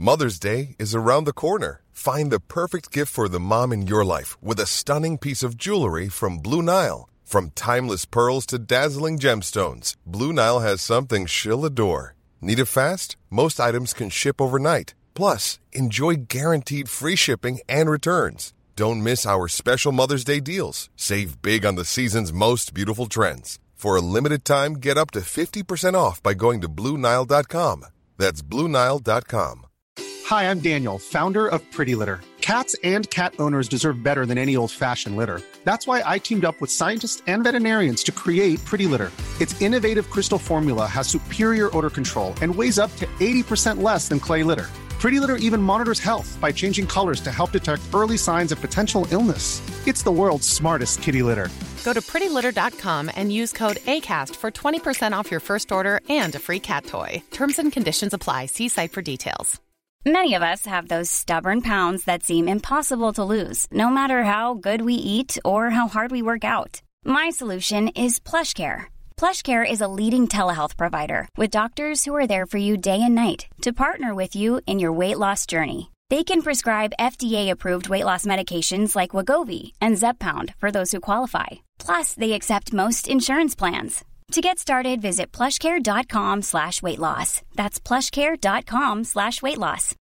Mother's Day is around the corner. Find the perfect gift for the mom in your life with a stunning piece of jewelry from Blue Nile. From timeless pearls to dazzling gemstones, Blue Nile has something she'll adore. Need it fast? Most items can ship overnight. Plus, enjoy guaranteed free shipping and returns. Don't miss our special Mother's Day deals. Save big on the season's most beautiful trends. For a limited time, get up to 50% off by going to BlueNile.com. That's BlueNile.com. Hi, I'm Daniel, founder of Pretty Litter. Cats and cat owners deserve better than any old-fashioned litter. That's why I teamed up with scientists and veterinarians to create Pretty Litter. Its innovative crystal formula has superior odor control and weighs up to 80% less than clay litter. Pretty Litter even monitors health by changing colors to help detect early signs of potential illness. It's the world's smartest kitty litter. Go to prettylitter.com and use code ACAST for 20% off your first order and a free cat toy. Terms and conditions apply. See site for details. Many of us have those stubborn pounds that seem impossible to lose, no matter how good we eat or how hard we work out. My solution is PlushCare. PlushCare is a leading telehealth provider with doctors who are there for you day and night to partner with you in your weight loss journey. They can prescribe FDA-approved weight loss medications like Wegovy and Zepbound for those who qualify. Plus, they accept most insurance plans. To get started, visit plushcare.com/weightloss. That's plushcare.com/weightloss.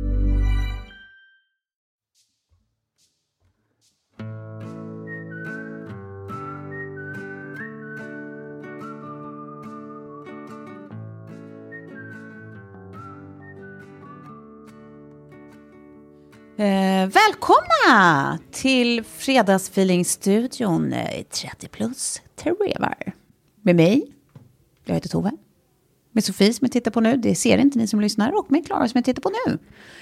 Välkomna till Fredagsfeelingstudion 30 plus trevar. Med mig, jag heter Tove. Med Sofie som jag tittar på nu, det ser inte ni som lyssnar. Och med Klara som jag tittar på nu.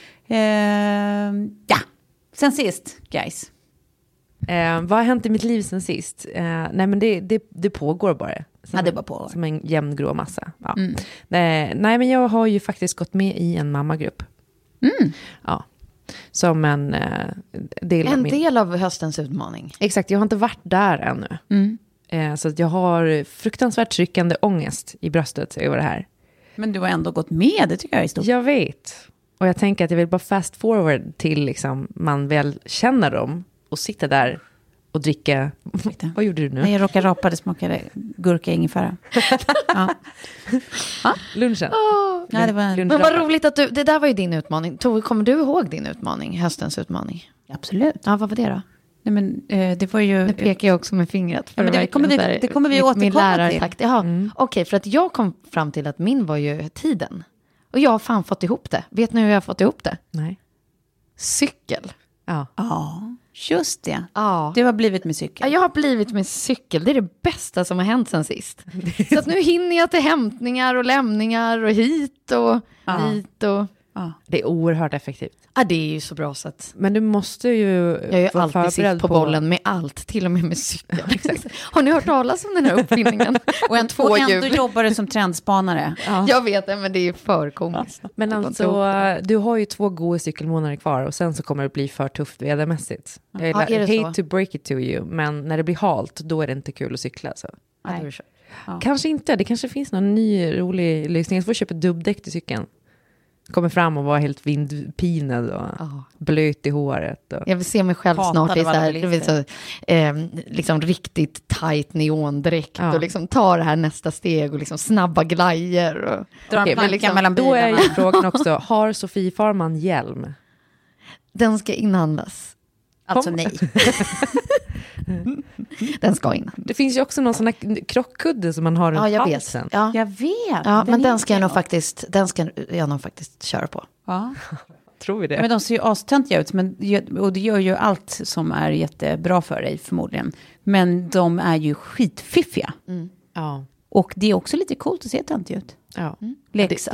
Ja, sen sist, guys. Vad har hänt i mitt liv sen sist? Nej, men det pågår bara. Det bara pågår. Som en jämn grå massa. Ja. Nej, men jag har ju faktiskt gått med i en mammagrupp. Ja. Som en del av höstens utmaning. Exakt, jag har inte varit där ännu. Så att jag har fruktansvärt tryckande ångest i bröstet över det här. Men du har ändå gått med, det tycker jag är stort. Jag vet. Och jag tänker att jag vill bara fast forward till liksom, man väl känner dem och sitter där och dricka. Vad gjorde du nu? Nej, jag råkade rapa, det smakade gurka ingefära. Ja. Lunchen. Nej, det var... Men vad roligt att det där var ju din utmaning. Tove, kommer du ihåg din utmaning? Höstens utmaning? Absolut. Ja, vad var det då? Nej, men det var ju... Nu pekar jag också med fingret. För det kommer vi återkomma till. Jaha, okej, för att jag kom fram till att min var ju tiden. Och jag har fan fått ihop det. Vet ni hur jag har fått ihop det? Nej. Cykel. Ja, just det. Ja. Du har blivit med cykel. Ja, jag har blivit med cykel. Det är det bästa som har hänt sen sist. Så att nu hinner jag till hämtningar och lämningar och hit och dit och... Ja. Det är oerhört effektivt. Ja, det är ju så bra så att... Men du måste ju... Jag är ju alltid sitt på bollen med allt, till och med med cykel. Har ni hört talas om den här uppfinningen? och ändå jobbar du som trendspanare. Ja. Jag vet det, men det är för komiskt. Ja. Men alltså, du har ju 2 goda cykelmånader kvar och sen så kommer det bli för tufft vädermässigt. Jag hate to break it to you, men när det blir halt, då är det inte kul att cykla. Så. Nej. Ja. Kanske inte, det kanske finns någon ny rolig lösning. Jag får köpa dubbdäck till cykeln. Kommer fram och var helt vindpinad och blöt i håret. Och... Jag vill se mig själv snart i så här, liksom riktigt tajt neondräkt och liksom ta det här nästa steg och liksom snabba glajer. Och... Okay, liksom, mellan då är ju frågan också, har Sofie Farman hjälm? Den ska inhandlas. Alltså nej. Den ska in. Det finns ju också någon sån här krockkudde som man har runt halsen. Ja, jag vet. Ja, men den ska jag nog faktiskt köra på. Ja. Tror vi det? Men de ser ju astöntiga ut, och det gör ju allt som är jättebra för dig förmodligen. Men de är ju skitfiffiga. Ja. Och det är också lite coolt att se töntigt ut. Ja. Lex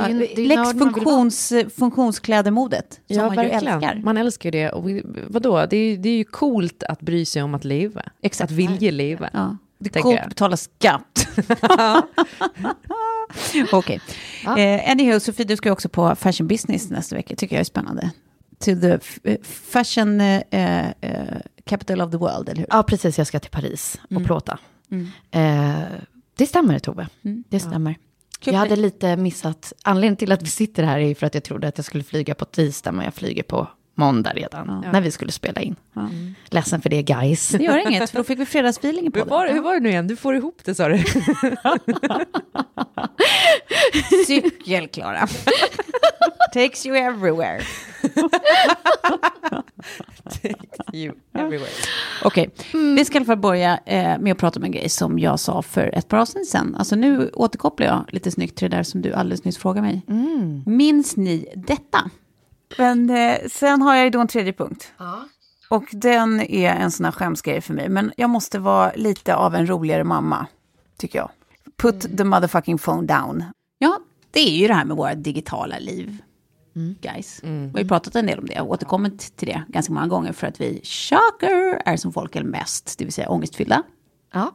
funktionsklädemodet som man ju älskar. Man älskar det. Och vadå? Det är ju coolt att bry sig om att leva. Exakt. Att vilja leva. Ja. Det är coolt att betala skatt. Okej. Anywho, Sofie, du ska också på Fashion Business nästa vecka. Tycker jag är spännande. To the fashion capital of the world, eller hur? Ja, precis. Jag ska till Paris och plåta. Det stämmer, Tove. Det stämmer. Jag hade lite missat, anledningen till att vi sitter här är för att jag trodde att jag skulle flyga på tisdag, men jag flyger på måndag redan, när vi skulle spela in. Ledsen för det, guys. Det gör inget, för då fick vi fredagsfeeling på det. Hur var det nu igen? Du får ihop det, sa du. Cykel, Klara. Takes you everywhere. Takes you everywhere. Okej, vi ska i alla fall börja med att prata om en grej som jag sa för ett par avsnitt sedan. Alltså nu återkopplar jag lite snyggt till det där som du alldeles nyss frågade mig. Minns ni detta? Men sen har jag ju då en tredje punkt. Och den är en sån här skämsgrej för mig. Men jag måste vara lite av en roligare mamma, tycker jag. Put the motherfucking phone down. Ja, det är ju det här med våra digitala liv. Guys. Vi har ju pratat en del om det. Jag har återkommit till det ganska många gånger. För att vi, shocker, är som folk är mest. Det vill säga ångestfyllda. Ja.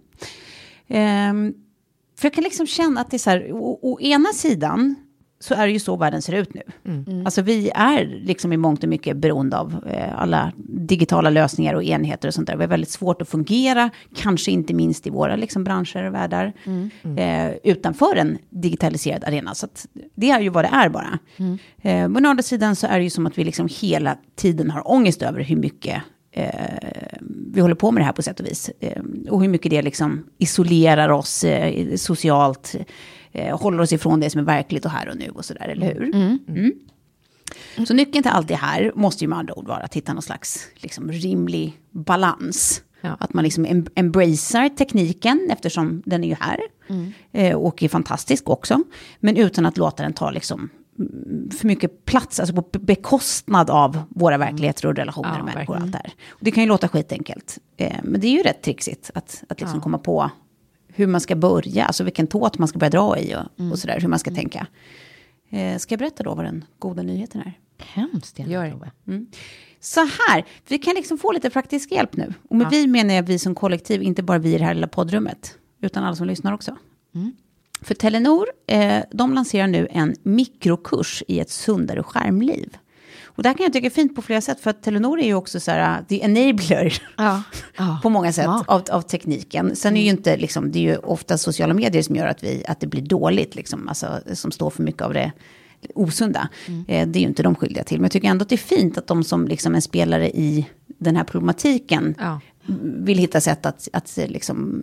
För jag kan liksom känna att det är så här. Å ena sidan så är det ju så världen ser ut nu. Alltså vi är liksom i mångt och mycket beroende av alla digitala lösningar och enheter och sånt där. Vi har väldigt svårt att fungera, kanske inte minst i våra liksom branscher och världar, utanför en digitaliserad arena. Så att det är ju vad det är bara. Men å andra sidan så är det ju som att vi liksom hela tiden har ångest över hur mycket vi håller på med det här på sätt och vis. Och hur mycket det liksom isolerar oss socialt, håller oss ifrån det som är verkligt och här och nu och sådär, eller hur? Så nyckeln till allt det här måste ju med andra ord vara att hitta någon slags liksom rimlig balans. Ja. Att man liksom embracear tekniken eftersom den är ju här och är fantastisk också. Men utan att låta den ta liksom för mycket plats, alltså på bekostnad av våra verkligheter och relationer och människor och allt det här. Och det kan ju låta skitenkelt, men det är ju rätt trixigt att liksom komma på hur man ska börja, alltså vilken tåt man ska börja dra i och sådär, hur man ska tänka. Ska jag berätta då vad den goda nyheten är? Hemskt gärna. Så här, vi kan liksom få lite praktisk hjälp nu. Och med vi menar jag vi som kollektiv, inte bara vi i det här lilla poddrummet, utan alla som lyssnar också. För Telenor, de lanserar nu en mikrokurs i ett sundare skärmliv. Och det här kan jag tycka är fint på flera sätt. För att Telenor är ju också så här, the enabler på många sätt av tekniken. Sen är ju inte liksom, det är ju ofta sociala medier som gör att det blir dåligt liksom. Alltså som står för mycket av det osunda. Det är ju inte de skyldiga till. Men jag tycker ändå att det är fint att de som liksom en spelare i den här problematiken vill hitta sätt att liksom,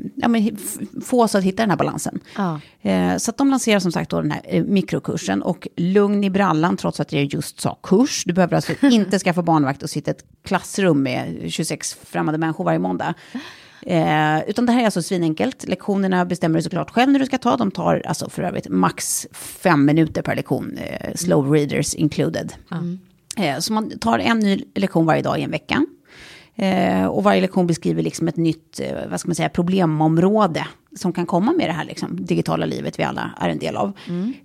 få oss att hitta den här balansen. Så att de lanserar som sagt då den här mikrokursen. Och lugn i brallan, trots att jag just sa kurs. Du behöver alltså inte skaffa barnvakt och sitta i ett klassrum med 26 främmande människor varje måndag. Utan det här är alltså svinenkelt. Lektionerna bestämmer du såklart själv när du ska ta. De tar alltså för övrigt max 5 minuter per lektion. Slow readers included. Så man tar en ny lektion varje dag i en vecka. Och varje lektion beskriver liksom ett nytt problemområde som kan komma med det här liksom, digitala livet vi alla är en del av.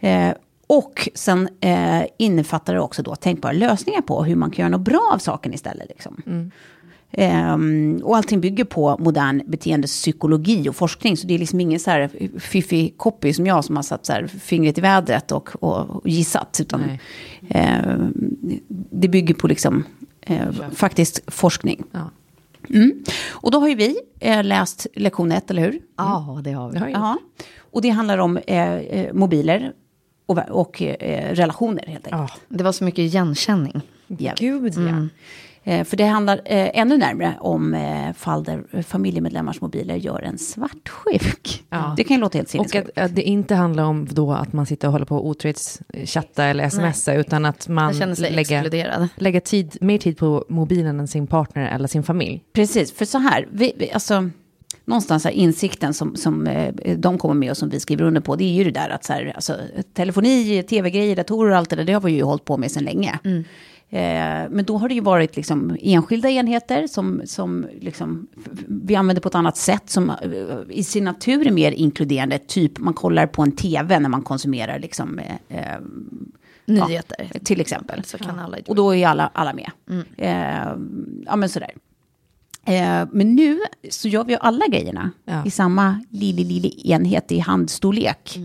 Och sen innefattar det också då tänkbara lösningar på hur man kan göra något bra av saken istället. Liksom. Och allting bygger på modern beteendepsykologi och forskning. Så det är liksom ingen så här fiffig copy som jag som har satt så här fingret i vädret och gissat. Utan det bygger på liksom faktiskt forskning. Och då har ju vi läst lektion 1, eller hur? Ja, det har vi. Och det handlar om mobiler och relationer helt enkelt. Det var så mycket igenkänning. Gud, För det handlar ännu närmare om fall där familjemedlemmars mobiler gör en svartsjuk. Det kan ju låta helt sinnessjukt. Och att det inte handlar om då att man sitter och håller på och otrygghetschatta eller smsa, utan att man lägger mer tid på mobilen än sin partner eller sin familj. Precis, för så här, alltså någonstans här insikten som de kommer med och som vi skriver under på, det är ju det där att så här, alltså, telefoni, tv-grejer, datorer och allt det där, det har vi ju hållit på med sedan länge. Men då har det ju varit liksom enskilda enheter som liksom vi använder på ett annat sätt, som i sin natur är mer inkluderande, typ man kollar på en tv när man konsumerar liksom nyheter till exempel. Så kan alla och då är alla med. Men sådär. Men nu så gör vi ju alla grejerna i samma lilla enhet i handstorlek.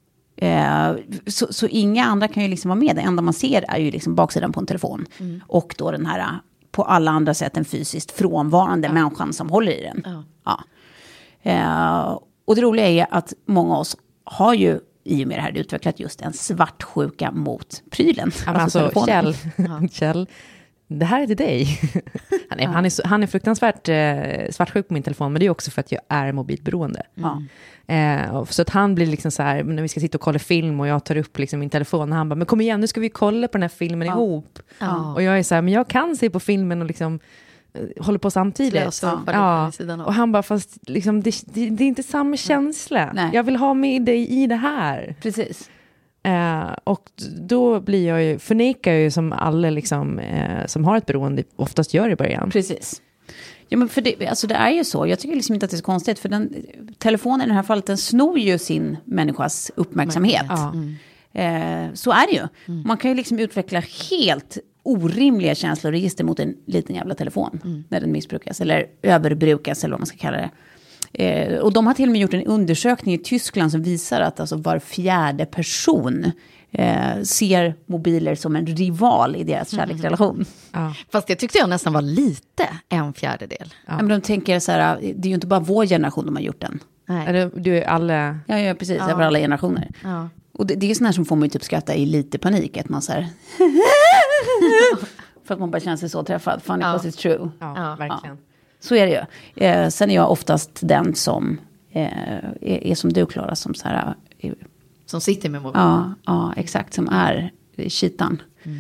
Så inga andra kan ju liksom vara med. Det enda man ser är ju liksom baksidan på en telefon. Och då den här på alla andra sätt en fysiskt frånvarande människan som håller i den. Och det roliga är att många av oss har ju i och med det här utvecklat just en svartsjuka mot prylen. Alltså Kjell, det här är till dig. Han är fruktansvärt svartsjuk på min telefon, men det är också för att jag är mobilberoende. Så att han blir liksom så här, när vi ska sitta och kolla film och jag tar upp liksom min telefon och han bara, men kom igen, nu ska vi kolla på den här filmen ihop. Och jag är så här, men jag kan se på filmen och liksom håller på samtidigt. Och han bara, fast liksom, det är inte samma känsla. Nej. Jag vill ha med dig i det här. Precis. Och då förnekar jag ju som alla liksom, som har ett beroende oftast gör i början. Precis. Ja, men för det, alltså det är ju så. Jag tycker liksom inte att det är så konstigt. För telefonen i det här fallet, den snor ju sin människas uppmärksamhet. Så är det ju. Man kan ju liksom utveckla helt orimliga känsloregister mot en liten jävla telefon. När den missbrukas eller överbrukas eller vad man ska kalla det. Och de har till och med gjort en undersökning i Tyskland som visar att alltså var fjärde person ser mobiler som en rival i deras kärleksrelation. Fast det tyckte jag nästan var lite en fjärdedel. Men de tänker så här, det är ju inte bara vår generation de har gjort den. Nej. Du är alla... Ja, precis, över alla generationer. Och det är sån här som får man ju typ skratta i lite panik, att man så här... för att man bara känner sig så träffad. Funny because it's true. Ja, verkligen. Så är det ju. Sen är jag oftast den som är som du, Klara, som så här... Som sitter med mobilen. Ja, exakt, som är kitan.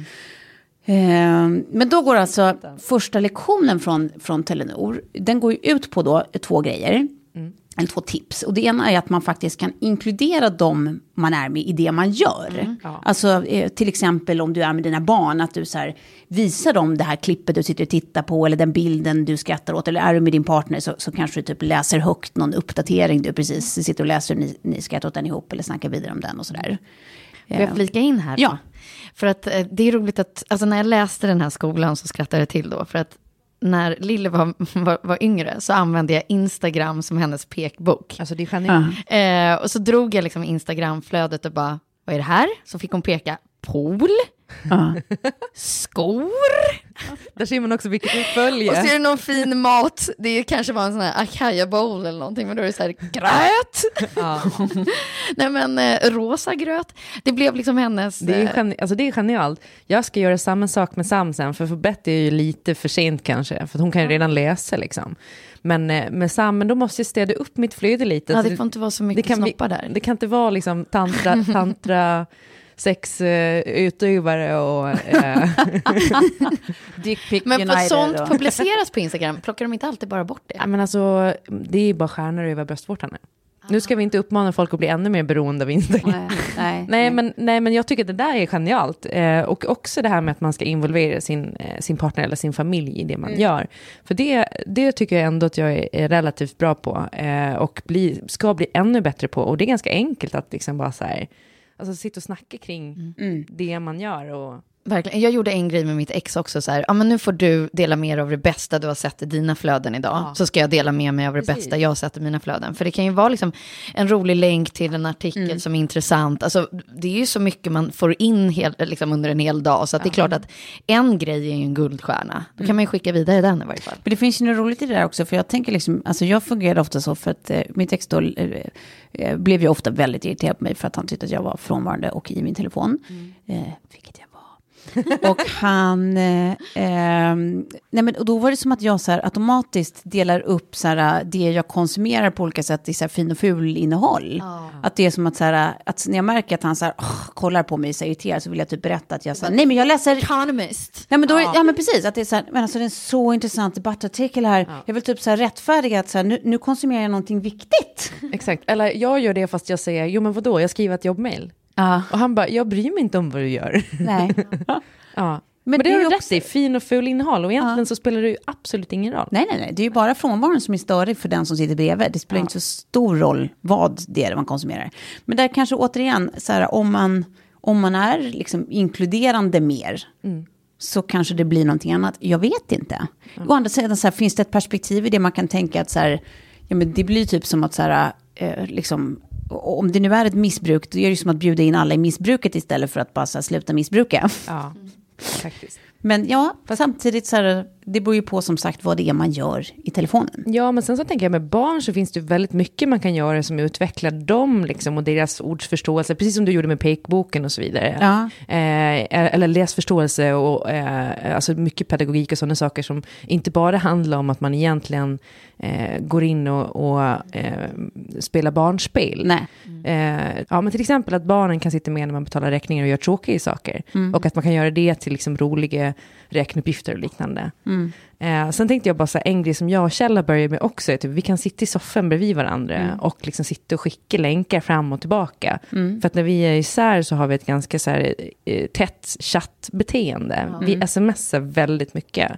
Men då går alltså första lektionen från Telenor, den går ju ut på då 2 grejer. Eller 2 tips. Och det ena är att man faktiskt kan inkludera dem man är med i det man gör. Alltså till exempel om du är med dina barn, att du så här, visar dem det här klippet du sitter och tittar på, eller den bilden du skrattar åt, eller är du med din partner så kanske du typ läser högt någon uppdatering du precis sitter och läser och ni skrattar åt den ihop eller snackar vidare om den och sådär. Får jag flika in här? Ja. För att det är roligt att, alltså när jag läste den här skolan så skrattade jag till då, för att när Lille var yngre så använde jag Instagram som hennes pekbok. Alltså det är genialt. Och så drog jag liksom Instagramflödet och bara, vad är det här? Så fick hon peka, pool, skor. Där ser man också vilket du följer. Och så är det någon fin mat. Det kanske var en sån här akaya bowl eller någonting, men då är det så här gröt. Nej men rosa gröt. Det blev liksom hennes... Det är genialt. Jag ska göra samma sak med Sam sen, för Betty är ju lite för sent kanske, för hon kan ju redan läsa liksom. Men med Sam, men då måste jag städa upp mitt flöde lite. Ja, det får inte vara så mycket snoppar där. Det kan inte vara liksom tantra sexutövare och men för sånt publiceras på Instagram, plockar de inte alltid bara bort det? Ja, men alltså, det är bara stjärnor över bröstvårtan. Nu ska vi inte uppmana folk att bli ännu mer beroende av Instagram. Nej, men jag tycker att det där är genialt. Och också det här med att man ska involvera sin partner eller sin familj i det man gör. För det tycker jag ändå att jag är relativt bra på. Och ska bli ännu bättre på. Och det är ganska enkelt att liksom bara så här... Alltså sitta och snacka kring det man gör. Och... Verkligen. Jag gjorde en grej med mitt ex också. Så här, men nu får du dela mer av det bästa du har sett i dina flöden idag. Så ska jag dela med mig av det bästa jag har sett i mina flöden. För det kan ju vara liksom en rolig länk till en artikel som är intressant. Alltså, det är ju så mycket man får in liksom under en hel dag. Så att det är klart att en grej är ju en guldstjärna. Då kan man ju skicka vidare den i varje fall. Men det finns ju något roligt i det där också. För jag tänker liksom, alltså jag fungerade ofta så för att mitt ex då blev ju ofta väldigt irriterad på mig för att han tyckte att jag var frånvarande och i min telefon. Vilket jag var. Och han och då var det som att jag så här automatiskt delar upp så här, det jag konsumerar på olika sätt i så här fin och ful innehåll. Att det är som att så här, att när jag märker att han så här, kollar på mig så irriterad, så vill jag typ berätta att jag så här, nej men jag läser Economist. Nej men då ja men precis, att det är så här, men alltså det är en så intressant debattartikel här. Jag vill typ så här rättfärdiga att så här, nu konsumerar jag någonting viktigt. Exakt. Eller jag gör det fast jag säger, jo men vadå, jag skriver ett jobbmail. Och han bara, jag bryr mig inte om vad du gör. Nej. Men det är ju rätt i, fin och ful innehåll. Och egentligen så spelar det ju absolut ingen roll. Nej. Det är ju bara frånvaron som är störig för den som sitter bredvid. Det spelar inte så stor roll vad det är man konsumerar. Men där kanske återigen, så här, om man är liksom inkluderande mer... så kanske det blir någonting annat. Jag vet inte. Å andra sidan så här, finns det ett perspektiv i det man kan tänka att så här, ja, men det blir typ som att så här, liksom... Om det nu är ett missbruk, då är det som att bjuda in alla i missbruket istället för att bara så här, sluta missbruka. Ja, faktiskt. Men ja, samtidigt så här, det beror ju på som sagt vad det är man gör i telefonen. Ja, men sen så tänker jag med barn så finns det väldigt mycket man kan göra som utvecklar dem liksom, och deras ordsförståelse, precis som du gjorde med pekboken och så vidare. Ja. Eller läsförståelse och alltså mycket pedagogik och sådana saker som inte bara handlar om att man egentligen går in och spelar barnspel. Nej. Ja, men till exempel att barnen kan sitta med när man betalar räkningar och gör tråkiga saker. Och att man kan göra det till liksom roliga räkneuppgifter och liknande. Sen tänkte jag bara så här, en grej som jag och Kjell började med också är typ, vi kan sitta i soffan bredvid varandra och liksom sitta och skicka länkar fram och tillbaka. För att när vi är isär så har vi ett ganska så här, tätt chattbeteende. Vi smsar väldigt mycket.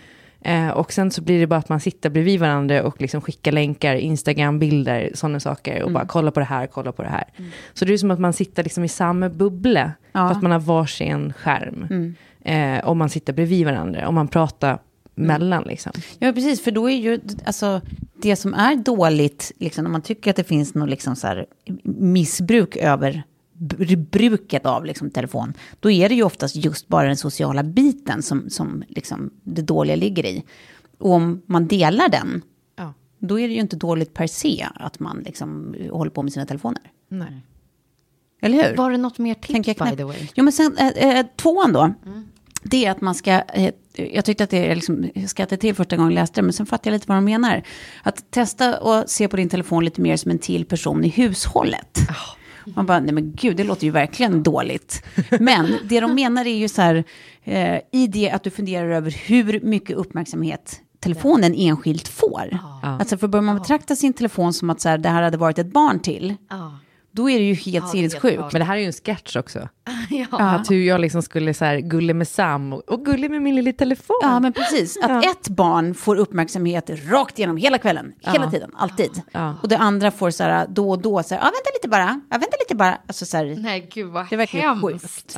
Och sen så blir det bara att man sitter bredvid varandra och liksom skickar länkar, Instagram-bilder, sådana saker och bara kolla på det här. Så det är som att man sitter liksom i samma bubbla för att man har varsin skärm. Och man sitter bredvid varandra och man pratar mellan liksom. Ja, precis, för då är ju alltså det som är dåligt liksom, om man tycker att det finns något liksom så här missbruk över bruket av liksom telefon, då är det ju oftast just bara den sociala biten som liksom det dåliga ligger i. Och om man delar den, då är det ju inte dåligt per se att man liksom håller på med sina telefoner. Nej. Eller hur? Var det något mer tips by the way? Jo, men sen tvåan då. Det är att man ska, jag tyckte att det liksom, jag skrattade till första gången jag läste det, men sen fattade jag lite vad de menar. Att testa och se på din telefon lite mer som en till person i hushållet. Man bara, nej men gud, det låter ju verkligen dåligt. Men det de menar är ju så här, i det att du funderar över hur mycket uppmärksamhet telefonen enskilt får. Alltså för börjar man betrakta sin telefon som att så här, det här hade varit ett barn till, då är det ju helt sinnessjukt. Men det här är ju en sketch också. Att hur jag liksom skulle så här gulla med Sam och gulla med min lilla telefon. Ja, men precis. Att ett barn får uppmärksamhet rakt igenom hela kvällen. Hela tiden, alltid. Och det andra får så här då och då så här, vänta lite bara. Alltså så här, nej, gud vad det är verkligen sjukt.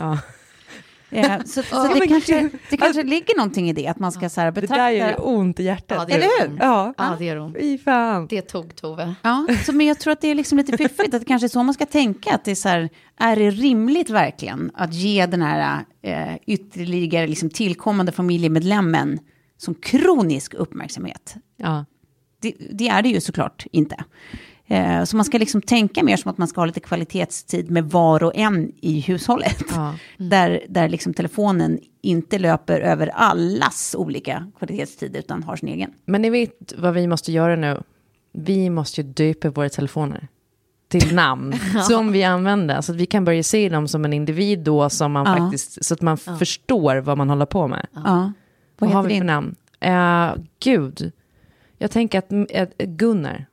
Så det kanske ligger någonting i det, att man ska så här betrakta. Det där gör ont i hjärtat. Eller hur? Ja, det gör ont. Fy fan. Det tog Tove. Ja, men jag tror att det är liksom lite fiffigt, att det kanske är så man ska tänka, att det är så här, är det rimligt verkligen att ge den här ytterligare liksom tillkommande familjemedlemmen som kronisk uppmärksamhet? Ja. Det är det ju såklart inte. Så man ska liksom tänka mer som att man ska ha lite kvalitetstid med var och en i hushållet. Där liksom telefonen inte löper över allas olika kvalitetstider utan har sin egen. Men ni vet vad vi måste göra nu? Vi måste ju döpa våra telefoner till namn som vi använder. Så att vi kan börja se dem som en individ då, som man faktiskt, så att man förstår vad man håller på med. Vad har vi för namn? Gud. Jag tänker att Gunnar.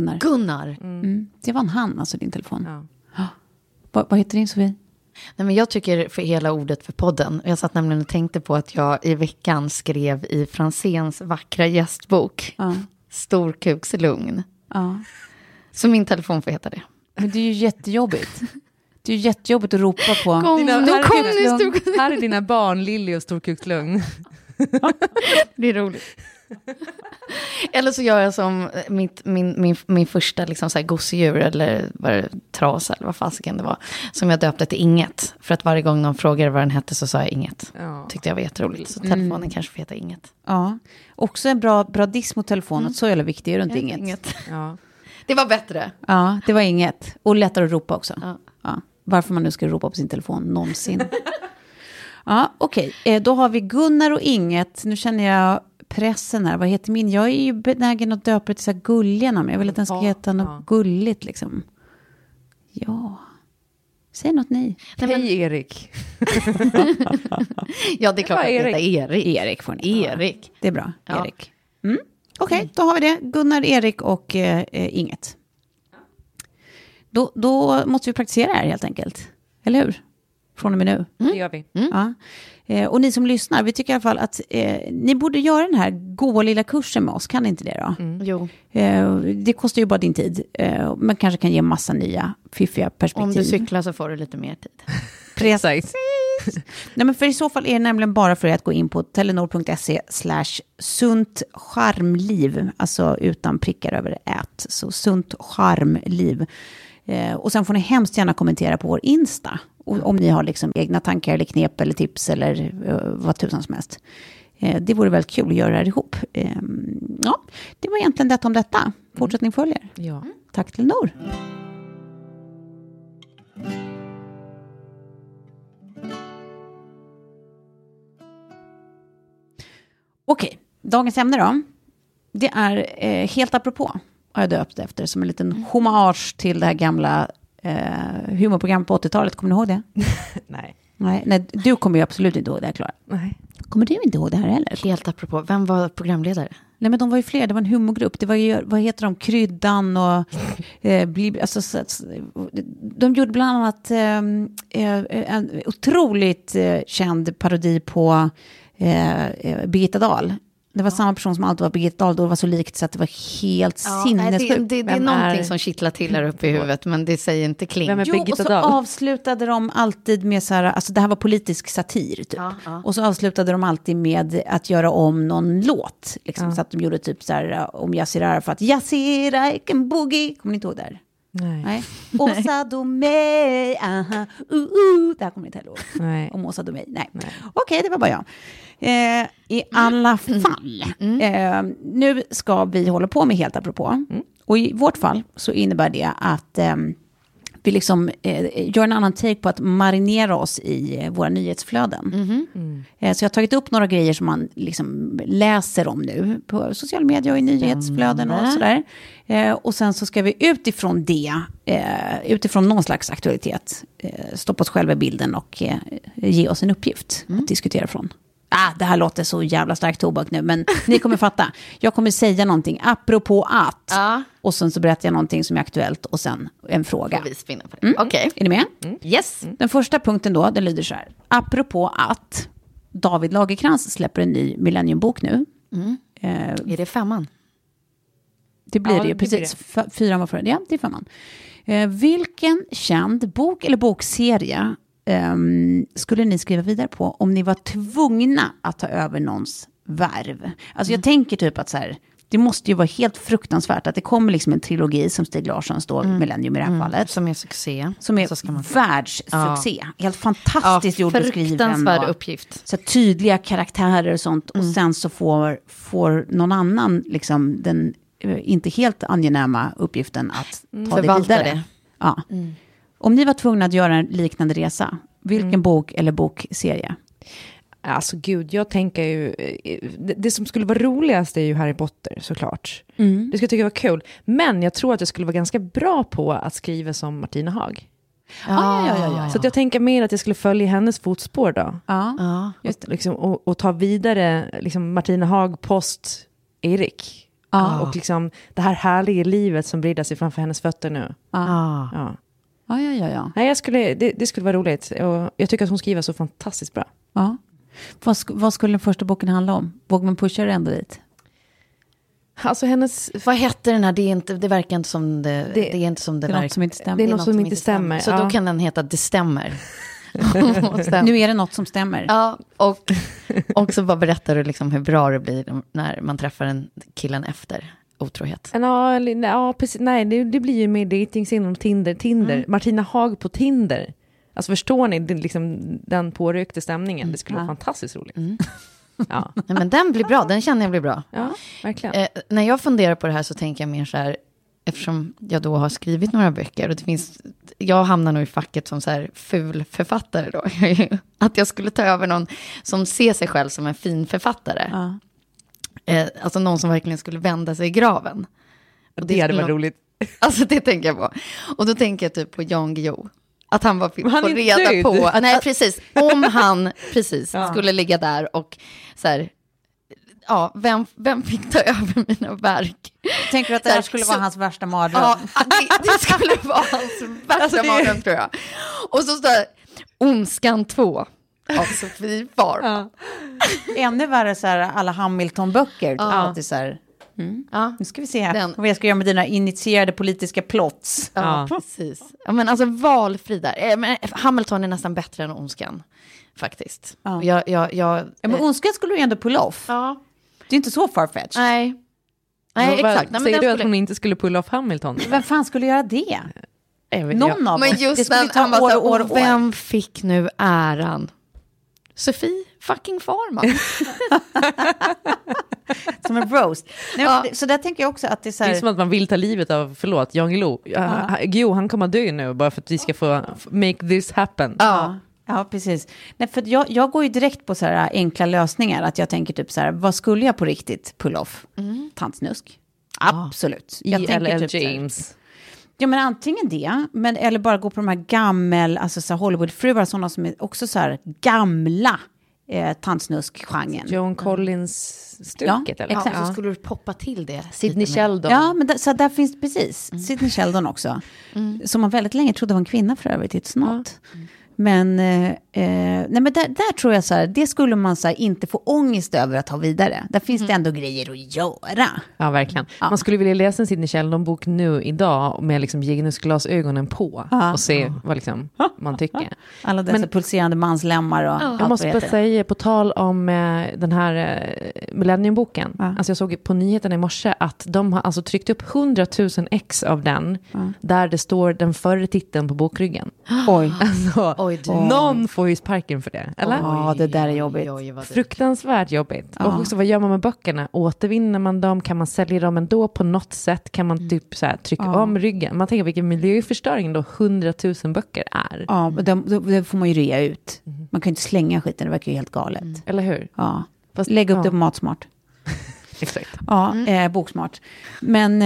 Det var han, alltså din telefon. Vad heter din, Sofie? Nej, men jag tycker för hela ordet för podden. Jag satt nämligen och tänkte på att jag i veckan skrev i Franzéns vackra gästbok Storkukslugn. Så min telefon får heta det. Men det är ju jättejobbigt. Det är ju jättejobbigt att ropa på. Här är dina barn, Lilly och Storkukslugn. Det är roligt. Eller så gör jag som min första liksom så här gosedjur, eller var det trasa eller vad fasiken det var, som jag döpte till Inget. För att varje gång någon frågade vad den hette så sa jag Inget. Tyckte jag var jätteroligt. Så telefonen kanske får heta Inget. Ja, också en bra diss mot telefonen. Så jävla viktig är det inte Inget. Det var bättre. Ja, det var Inget. Och lättare att ropa också. Varför man nu ska ropa på sin telefon någonsin. Okej. Då har vi Gunnar och Inget. Nu känner jag pressen här. Vad heter min? Jag är ju benägen att döpa till så här gulliga namn. Jag vill att den ska heta något gulligt liksom. Ja. Säg något ni. Hej Erik. Ja, det är klart att det heter Erik. Erik får ni. Erik. Det är bra. Erik. Okej, då har vi det. Gunnar, Erik och Inget. Då måste vi praktisera här helt enkelt. Eller hur? Från och med nu. Det gör vi. Ja. Och ni som lyssnar, vi tycker i alla fall att ni borde göra den här goa lilla kursen med oss. Kan ni inte det då? Jo. Det kostar ju bara din tid. Men kanske kan ge massa nya fiffiga perspektiv. Om du cyklar så får du lite mer tid. Precis. Nej, men för i så fall är det nämligen bara för er att gå in på telenor.se/suntcharmliv. Alltså utan prickar över ät. Så sunt charmliv. Och sen får ni hemskt gärna kommentera på vår Insta. Om ni har liksom egna tankar eller knep eller tips eller vad tusan som helst. Det vore väldigt kul att göra det här ihop. Ja, det var egentligen det om detta. Fortsättning följer. Ja. Tack till Nor. Okej, dagens ämne då. Det är helt apropå. Har jag döpt efter som en liten hommage till det här gamla humorprogrammet på 80-talet. Kommer ni ihåg det? Nej, du kommer ju absolut inte ihåg det här, Klara. Nej. Kommer du inte ihåg det här heller? Helt apropå. Vem var programledare? Nej, men de var ju fler. Det var en humorgrupp. Det var ju, vad heter de? Kryddan och... de gjorde bland annat en otroligt känd parodi på Birgitta Dahl. Det var samma person som alltid var Birgitta Dahl. Då det var så likt så att det var helt sinnessjukt. Det är någonting som kittlar till här uppe i huvudet, men det säger inte kling. Vem är Birgitta och så Dahl? avslutade de alltid med så här, alltså det här var politisk satir typ. Och så avslutade de alltid med att göra om någon låt. Liksom, så att de gjorde typ så här om Yassir Arafat. Yassir, I can boogie. Kommer ni inte ihåg det här? Nej. Åsa Domey, aha, det här kommer ni inte heller ihåg. Om Åsa Domey, nej. Okej, det var bara jag. I alla fall. Nu ska vi hålla på med helt apropå. Och i vårt fall så innebär det att vi liksom gör en annan take på att marinera oss i våra nyhetsflöden. Så jag har tagit upp några grejer som man liksom läser om nu på sociala medier och i nyhetsflöden och sådär. Och sen så ska vi utifrån det, utifrån någon slags aktualitet, stoppa oss själva i bilden och ge oss en uppgift att diskutera från. Det här låter så jävla starkt tobak nu, men ni kommer fatta. Jag kommer säga någonting apropå att. Och sen så berättar jag någonting som är aktuellt och sen en fråga. Vi spinner på det. Okej. Är ni med? Yes. Den första punkten då, den lyder så här. Apropå att David Lagercrantz släpper en ny Millennium-bok nu. Är det 5:an? Det blir det ju, precis. 4 var förra. Ja, det är 5:an. Vilken känd bok eller bokserie skulle ni skriva vidare på om ni var tvungna att ta över någons värv? Alltså jag tänker typ att så här, det måste ju vara helt fruktansvärt att det kommer liksom en trilogi som Stig Larsson står Millennium i det här fallet. Som är succé. Som är världssuccé. Helt fantastiskt gjord beskriven. Fruktansvärd uppgift. Så tydliga karaktärer och sånt. Och sen så får någon annan liksom den inte helt angenäma uppgiften att ta det vidare. Det. Ja. Om ni var tvungna att göra en liknande resa, vilken bok eller bokserie? Alltså gud, jag tänker ju... Det som skulle vara roligast är ju Harry Potter, såklart. Det skulle jag tycka var kul. Men jag tror att jag skulle vara ganska bra på att skriva som Martina Haag. Ja. Så att jag tänker mer att jag skulle följa hennes fotspår då. Just det. Liksom, och ta vidare liksom Martina Haag post Erik. Och liksom det här härliga livet som brider sig framför hennes fötter nu. Ja. Nej, det skulle vara roligt. Och jag tycker att hon skriver så fantastiskt bra. Ja. Vad skulle den första boken handla om? Vågar man pusha det ändå dit? Alltså hennes... Vad heter den här? Det verkar inte som det är inte som det verkar. Något som inte stämmer. Det är något som inte stämmer. Så då kan den heta Det stämmer. Nu är det något som stämmer. Ja, och så bara berättar du liksom hur bra det blir när man träffar en killen efter otrohet. Ja, precis. Nej, det blir ju mer dating om Tinder. Martina Haag på Tinder. Alltså förstår ni liksom, den pårökte stämningen? Det skulle vara fantastiskt roligt. Ja. Nej, men den blir bra, den känner jag blir bra. Ja, verkligen. När jag funderar på det här så tänker jag mer så här, eftersom jag då har skrivit några böcker och jag hamnar nog i facket som så här ful författare då. Att jag skulle ta över någon som ser sig själv som en fin författare. Alltså någon som verkligen skulle vända sig i graven. Och det hade varit roligt. Alltså det tänker jag på. Och då tänker jag typ på Jan Guillou. Att han var får reda på. Nej, precis. Om han skulle ligga där och så här, vem fick ta över mina verk? Tänker du att det här skulle vara hans värsta mardröm? Ja, det skulle vara hans värsta mardröm, tror jag. Och så står Ondskan 2 av Sofie Farm. Ja. Ännu värre så här alla Hamilton-böcker. Alltid så här, nu ska vi se här vad jag ska göra med dina initierade politiska plots. Ja, precis. Ja, men alltså valfri där. Men Hamilton är nästan bättre än Ondskan, faktiskt. Ja. Men Ondskan skulle du ändå pull off. Ja. Det är inte så farfetched. Nej, exakt. Nej, säger du att hon inte skulle pull off Hamilton? Vem fan skulle göra det? Någon av oss. Men just den, vem fick nu äran? Sofie fucking farman. Som en roast. Nej, så där tänker jag också att det är så här... Det är som att man vill ta livet av, förlåt, Jan Guillou. Guillou, han kommer att dö nu bara för att vi ska få make this happen. Ja, precis. Nej, för jag går ju direkt på så här enkla lösningar. Att jag tänker typ så här, vad skulle jag på riktigt pull off? Tantsnusk. Absolut. Jag tänker LL typ James. Ja, men antingen det, eller bara gå på de här alltså så här Hollywoodfruar, sådana som är också så här gamla tantsnusk-genren. Joan Collins-stuket, eller? Exakt. Så skulle du poppa till det. Sidney Sheldon. Ja, men så där finns precis. Sidney Sheldon också. Som man väldigt länge trodde var en kvinna för övrigt, inte snart. Men, nej, men där tror jag så här, det skulle man så här, inte få ångest över att ha vidare. Där finns det ändå grejer att göra. Ja, verkligen. Man skulle vilja läsa en Sidney Sheldon-bok nu idag med liksom genusglasögonen på och se vad liksom man tycker. Alla dessa pulserande manslemmar och allt. Jag måste bara säga, på tal om den här Millennium-boken. Alltså jag såg på nyheterna i morse att de har alltså tryckt upp 100 000 ex av den där det står den förre titeln på bokryggen. Oj. Alltså, någon får ju sparken för det, eller? Ja, det där är jobbigt. Fruktansvärt jobbigt. Och också, vad gör man med böckerna? Återvinner man dem? Kan man sälja dem ändå på något sätt? Kan man typ så här trycka om ryggen? Man tänker vilken miljöförstöring då 100 000 böcker är. Ja, det får man ju rea ut. Man kan ju inte slänga skiten, det verkar ju helt galet. Eller hur? Ja. Fast, lägg upp det på Matsmart. Exakt. Ja, Boksmart. Men,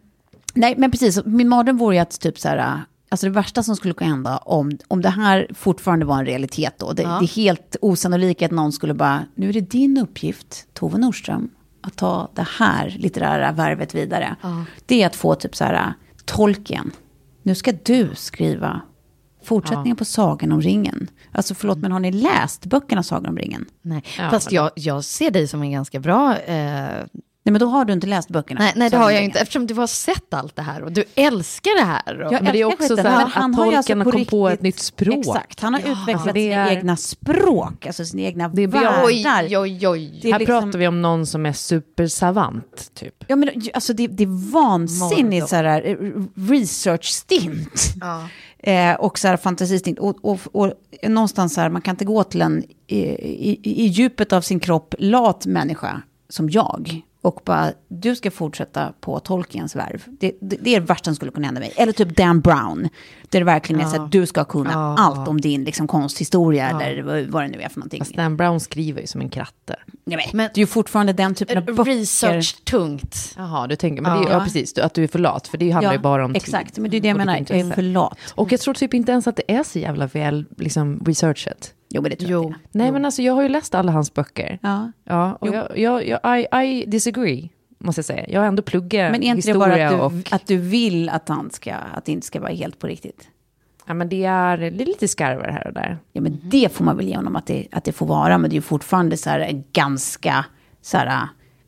nej, men precis. Min mardröm vore ju att typ så här... Alltså det värsta som skulle kunna hända om det här fortfarande var en realitet då. Det är helt osannolikt att någon skulle bara, nu är det din uppgift, Tove Nordström, att ta det här litterära värvet vidare. Det är att få typ så här, Tolkien. Nu ska du skriva fortsättningen på Sagan om ringen. Alltså förlåt, men har ni läst böckerna Sagan om ringen? Nej, fast jag ser dig som en ganska bra... Nej, men då har du inte läst böckerna. Nej, det har jag inte. Eftersom du har sett allt det här och du älskar det här. Och... Men det är också så här att Tolkien har kommit på ett nytt språk. Exakt, han har utvecklat sina egna språk, alltså sina egna världar. Oj. Här liksom... pratar vi om någon som är supersavant, typ. Ja, men alltså det är vansinnigt så här research-stint. Och så här fantasistint. Och någonstans så här, man kan inte gå till en i djupet av sin kropp lat människa som jag. Och bara, du ska fortsätta på Tolkiens värv. Det är det värsta som skulle kunna hända mig. Eller typ Dan Brown. Där det verkligen är så att du ska kunna allt om din liksom, konsthistoria. Eller vad det nu är för någonting. Fast Dan Brown skriver ju som en kratte. Men det är ju fortfarande den typen av böcker. Research-tungt. Jaha, du tänker. Men det är precis, att du är för lat. För det handlar ju bara om tid. Exakt, men det är det jag menar. Jag är för lat. Och jag tror typ inte ens att det är så jävla väl liksom, researchat. Jo, men det tror jag. Nej, men alltså jag har ju läst alla hans böcker. Ja, och I disagree, måste jag säga. Jag har ändå pluggat men historia bara och... att du vill att det inte ska vara helt på riktigt. Ja, men det är lite skarvar här och där. Ja, men det får man väl ge honom att det får vara. Men det är ju fortfarande så här ganska så här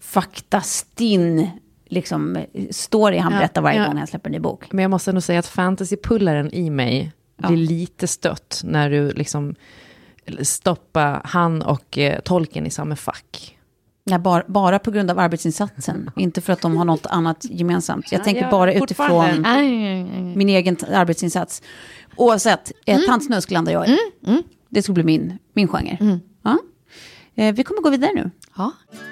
faktastinn liksom story han berättar varje gång han släpper en ny bok. Men jag måste ändå säga att fantasypullaren i mig blir lite stött när du liksom stoppa han och Tolkien i samma fack. Ja, bara på grund av arbetsinsatsen. Inte för att de har något annat gemensamt. Jag tänker bara utifrån min egen arbetsinsats. Oavsett, tantsnusk landar jag i. Det skulle bli min genre. Ja. Vi kommer gå vidare nu. Ja.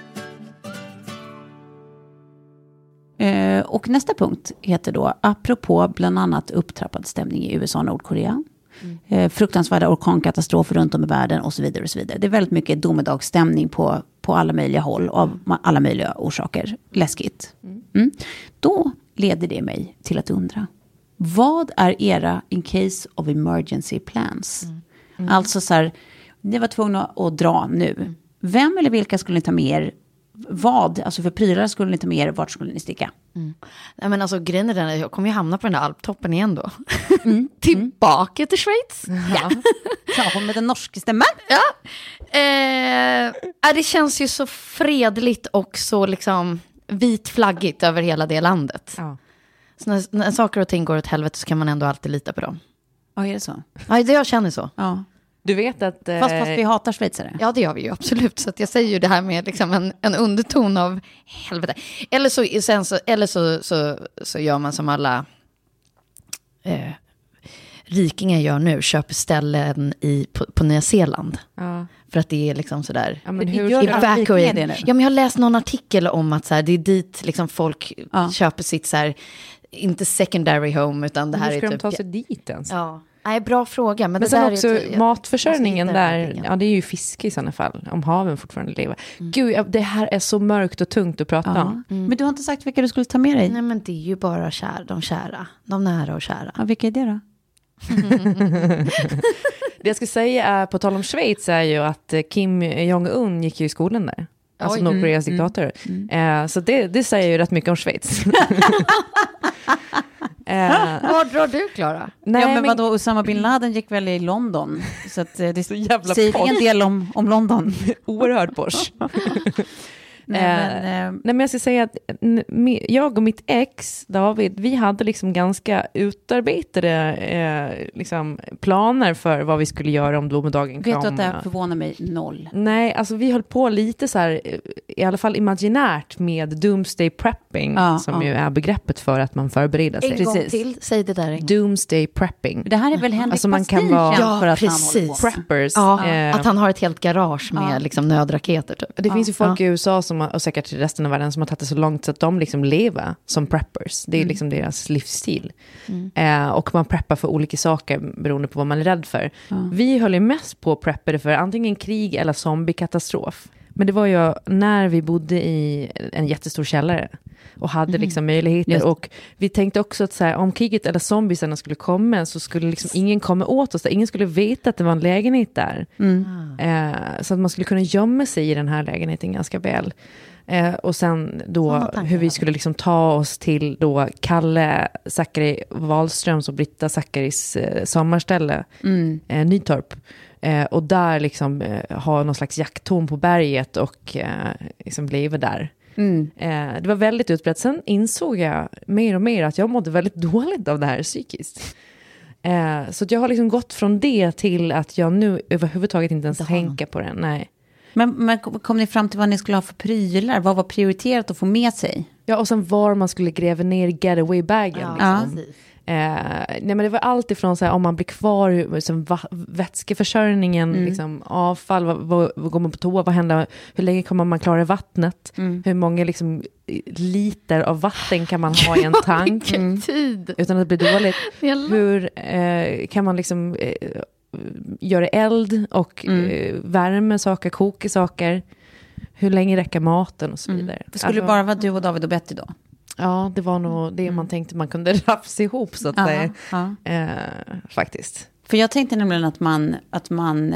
Och nästa punkt heter då, apropå bland annat upptrappad stämning i USA och Nordkorea. Fruktansvärda orkankatastrofer runt om i världen och så vidare och så vidare. Det är väldigt mycket domedagsstämning på alla möjliga håll av alla möjliga orsaker. Läskigt. Då leder det mig till att undra, vad är era in case of emergency plans? Alltså så här, ni var tvungna att dra nu. Vem eller vilka skulle ni ta med er? Vad? Alltså för prylar skulle ni ta med er, vart skulle ni sticka? Nej, men alltså grejen är den, jag kommer ju hamna på den där alptoppen igen då. Tillbaka till Schweiz. Ja, med den norska stämman. Ja. Det känns ju så fredligt och så liksom vitflaggigt över hela det landet. Ja. Så när saker och ting går åt helvete så kan man ändå alltid lita på dem. Ja, är det så? Ja, det jag känner så. Ja. Du vet att... Fast vi hatar schweizare. Ja, det gör vi ju absolut. Så att jag säger ju det här med liksom en underton av helvete. Eller så gör man som alla rikingar gör nu, köper ställen på Nya Zeeland. Ja. För att det är liksom sådär... Ja, men hur gör evacuate. det nu? Ja, men jag har läst någon artikel om att så här, det är dit liksom folk köper sitt så här, inte secondary home, utan det här är typ... Hur ska de ta sig dit ens? Ja. Nej, bra fråga. Men det sen där också är matförsörjningen där, ja det är ju fiske i sådana fall, om haven fortfarande lever. Gud, det här är så mörkt och tungt att prata om. Men du har inte sagt vilka du skulle ta med dig? Nej, men det är ju bara de kära, de nära och kära. Ja, vilka är det då? Det jag ska säga är, på tal om Schweiz, är ju att Kim Jong-Un gick ju i skolan där. Alltså Nordkoreas diktator. Så det säger ju rätt mycket om Schweiz. Vad drar du, Klara? Nej, men vadå, Osama bin Laden gick väl i London. Så att det så jävla säger ingen del om London. Oerhört Bosch. Nej, men jag ska säga att jag och mitt ex David, vi hade liksom ganska utarbetade liksom planer för vad vi skulle göra om domedagen kom. Vet du att det här förvånar mig noll? Nej, alltså vi höll på lite så här, i alla fall imaginärt, med doomsday prepping, som ju är begreppet för att man förbereder sig. En gång till, säg det där. Doomsday prepping. Det här är väl Henrik alltså man kan vara för att precis. Han preppers. Att han har ett helt garage med liksom nödraketer. Typ. Det finns ju folk i USA som och säkert i resten av världen som har tagit det så långt så att de liksom lever som preppers. Det är liksom deras livsstil. Och man preppar för olika saker beroende på vad man är rädd för. Vi höll ju mest på att preppa för antingen krig eller zombiekatastrof. Men det var ju när vi bodde i en jättestor källare och hade liksom möjligheter. Just. Och vi tänkte också att så här, om kriget eller zombiesarna skulle komma, så skulle liksom ingen komma åt oss där. Ingen skulle veta att det var en lägenhet där. Så att man skulle kunna gömma sig i den här lägenheten ganska väl. Och sen då hur vi skulle liksom ta oss till då Kalle Zackari Wahlströms och Britta Zackaris sommarställe, Nytorp. Och där liksom ha någon slags jakttorn på berget och liksom leva där. Det var väldigt utbrett. Sen insåg jag mer och mer att jag mådde väldigt dåligt av det här psykiskt. Så att jag har liksom gått från det till att jag nu överhuvudtaget inte ens tänker på det. Nej. Men kom ni fram till vad ni skulle ha för prylar? Vad var prioriterat att få med sig? Ja, och sen var man skulle gräva ner getaway-bagen. Liksom. Nej, men det var allt ifrån så här, om man blir kvar, liksom, vätskeförsörjningen, liksom, avfall, vad går man på toa, vad händer, hur länge kommer man klara vattnet, hur många liksom, liter av vatten kan man ha i en tank tid. utan att det blir dåligt. Hur kan man liksom göra eld och värme saker, koka saker, hur länge räcker maten och så vidare. Det skulle bara vara du och David och Betty då? Ja, det var nog det man tänkte man kunde rafsa ihop så att säga. Faktiskt. För jag tänkte nämligen att man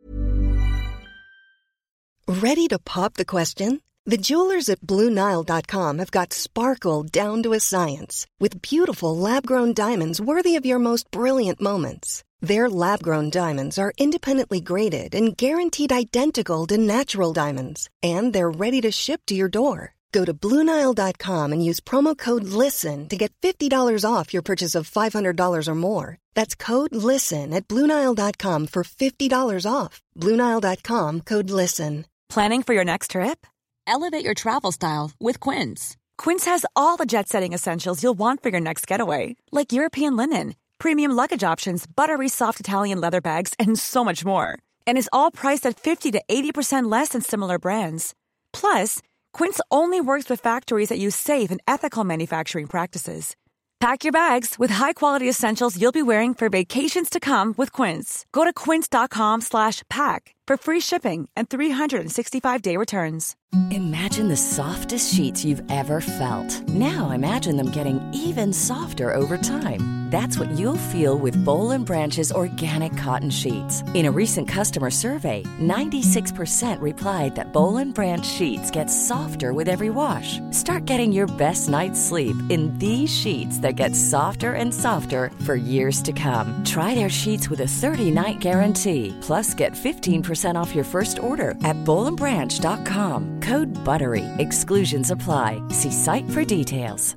Ready to pop the question? The jewelers at BlueNile.com have got sparkle down to a science with beautiful lab-grown diamonds worthy of your most brilliant moments. Their lab-grown diamonds are independently graded and guaranteed identical to natural diamonds, and they're ready to ship to your door. Go to BlueNile.com and use promo code LISTEN to get $50 off your purchase of $500 or more. That's code LISTEN at BlueNile.com for $50 off. BlueNile.com, code LISTEN. Planning for your next trip? Elevate your travel style with Quince. Quince has all the jet-setting essentials you'll want for your next getaway, like European linen, premium luggage options, buttery soft Italian leather bags, and so much more. And is all priced at 50 to 80% less than similar brands. Plus, Quince only works with factories that use safe and ethical manufacturing practices. Pack your bags with high-quality essentials you'll be wearing for vacations to come with Quince. Go to quince.com/pack for free shipping and 365-day returns. Imagine the softest sheets you've ever felt. Now imagine them getting even softer over time. That's what you'll feel with Boll & Branch's organic cotton sheets. In a recent customer survey, 96% replied that Boll & Branch sheets get softer with every wash. Start getting your best night's sleep in these sheets that get softer and softer for years to come. Try their sheets with a 30-night guarantee. Plus, get 15% off your first order at BollandBranch.com. Code BUTTERY. Exclusions apply. See site for details.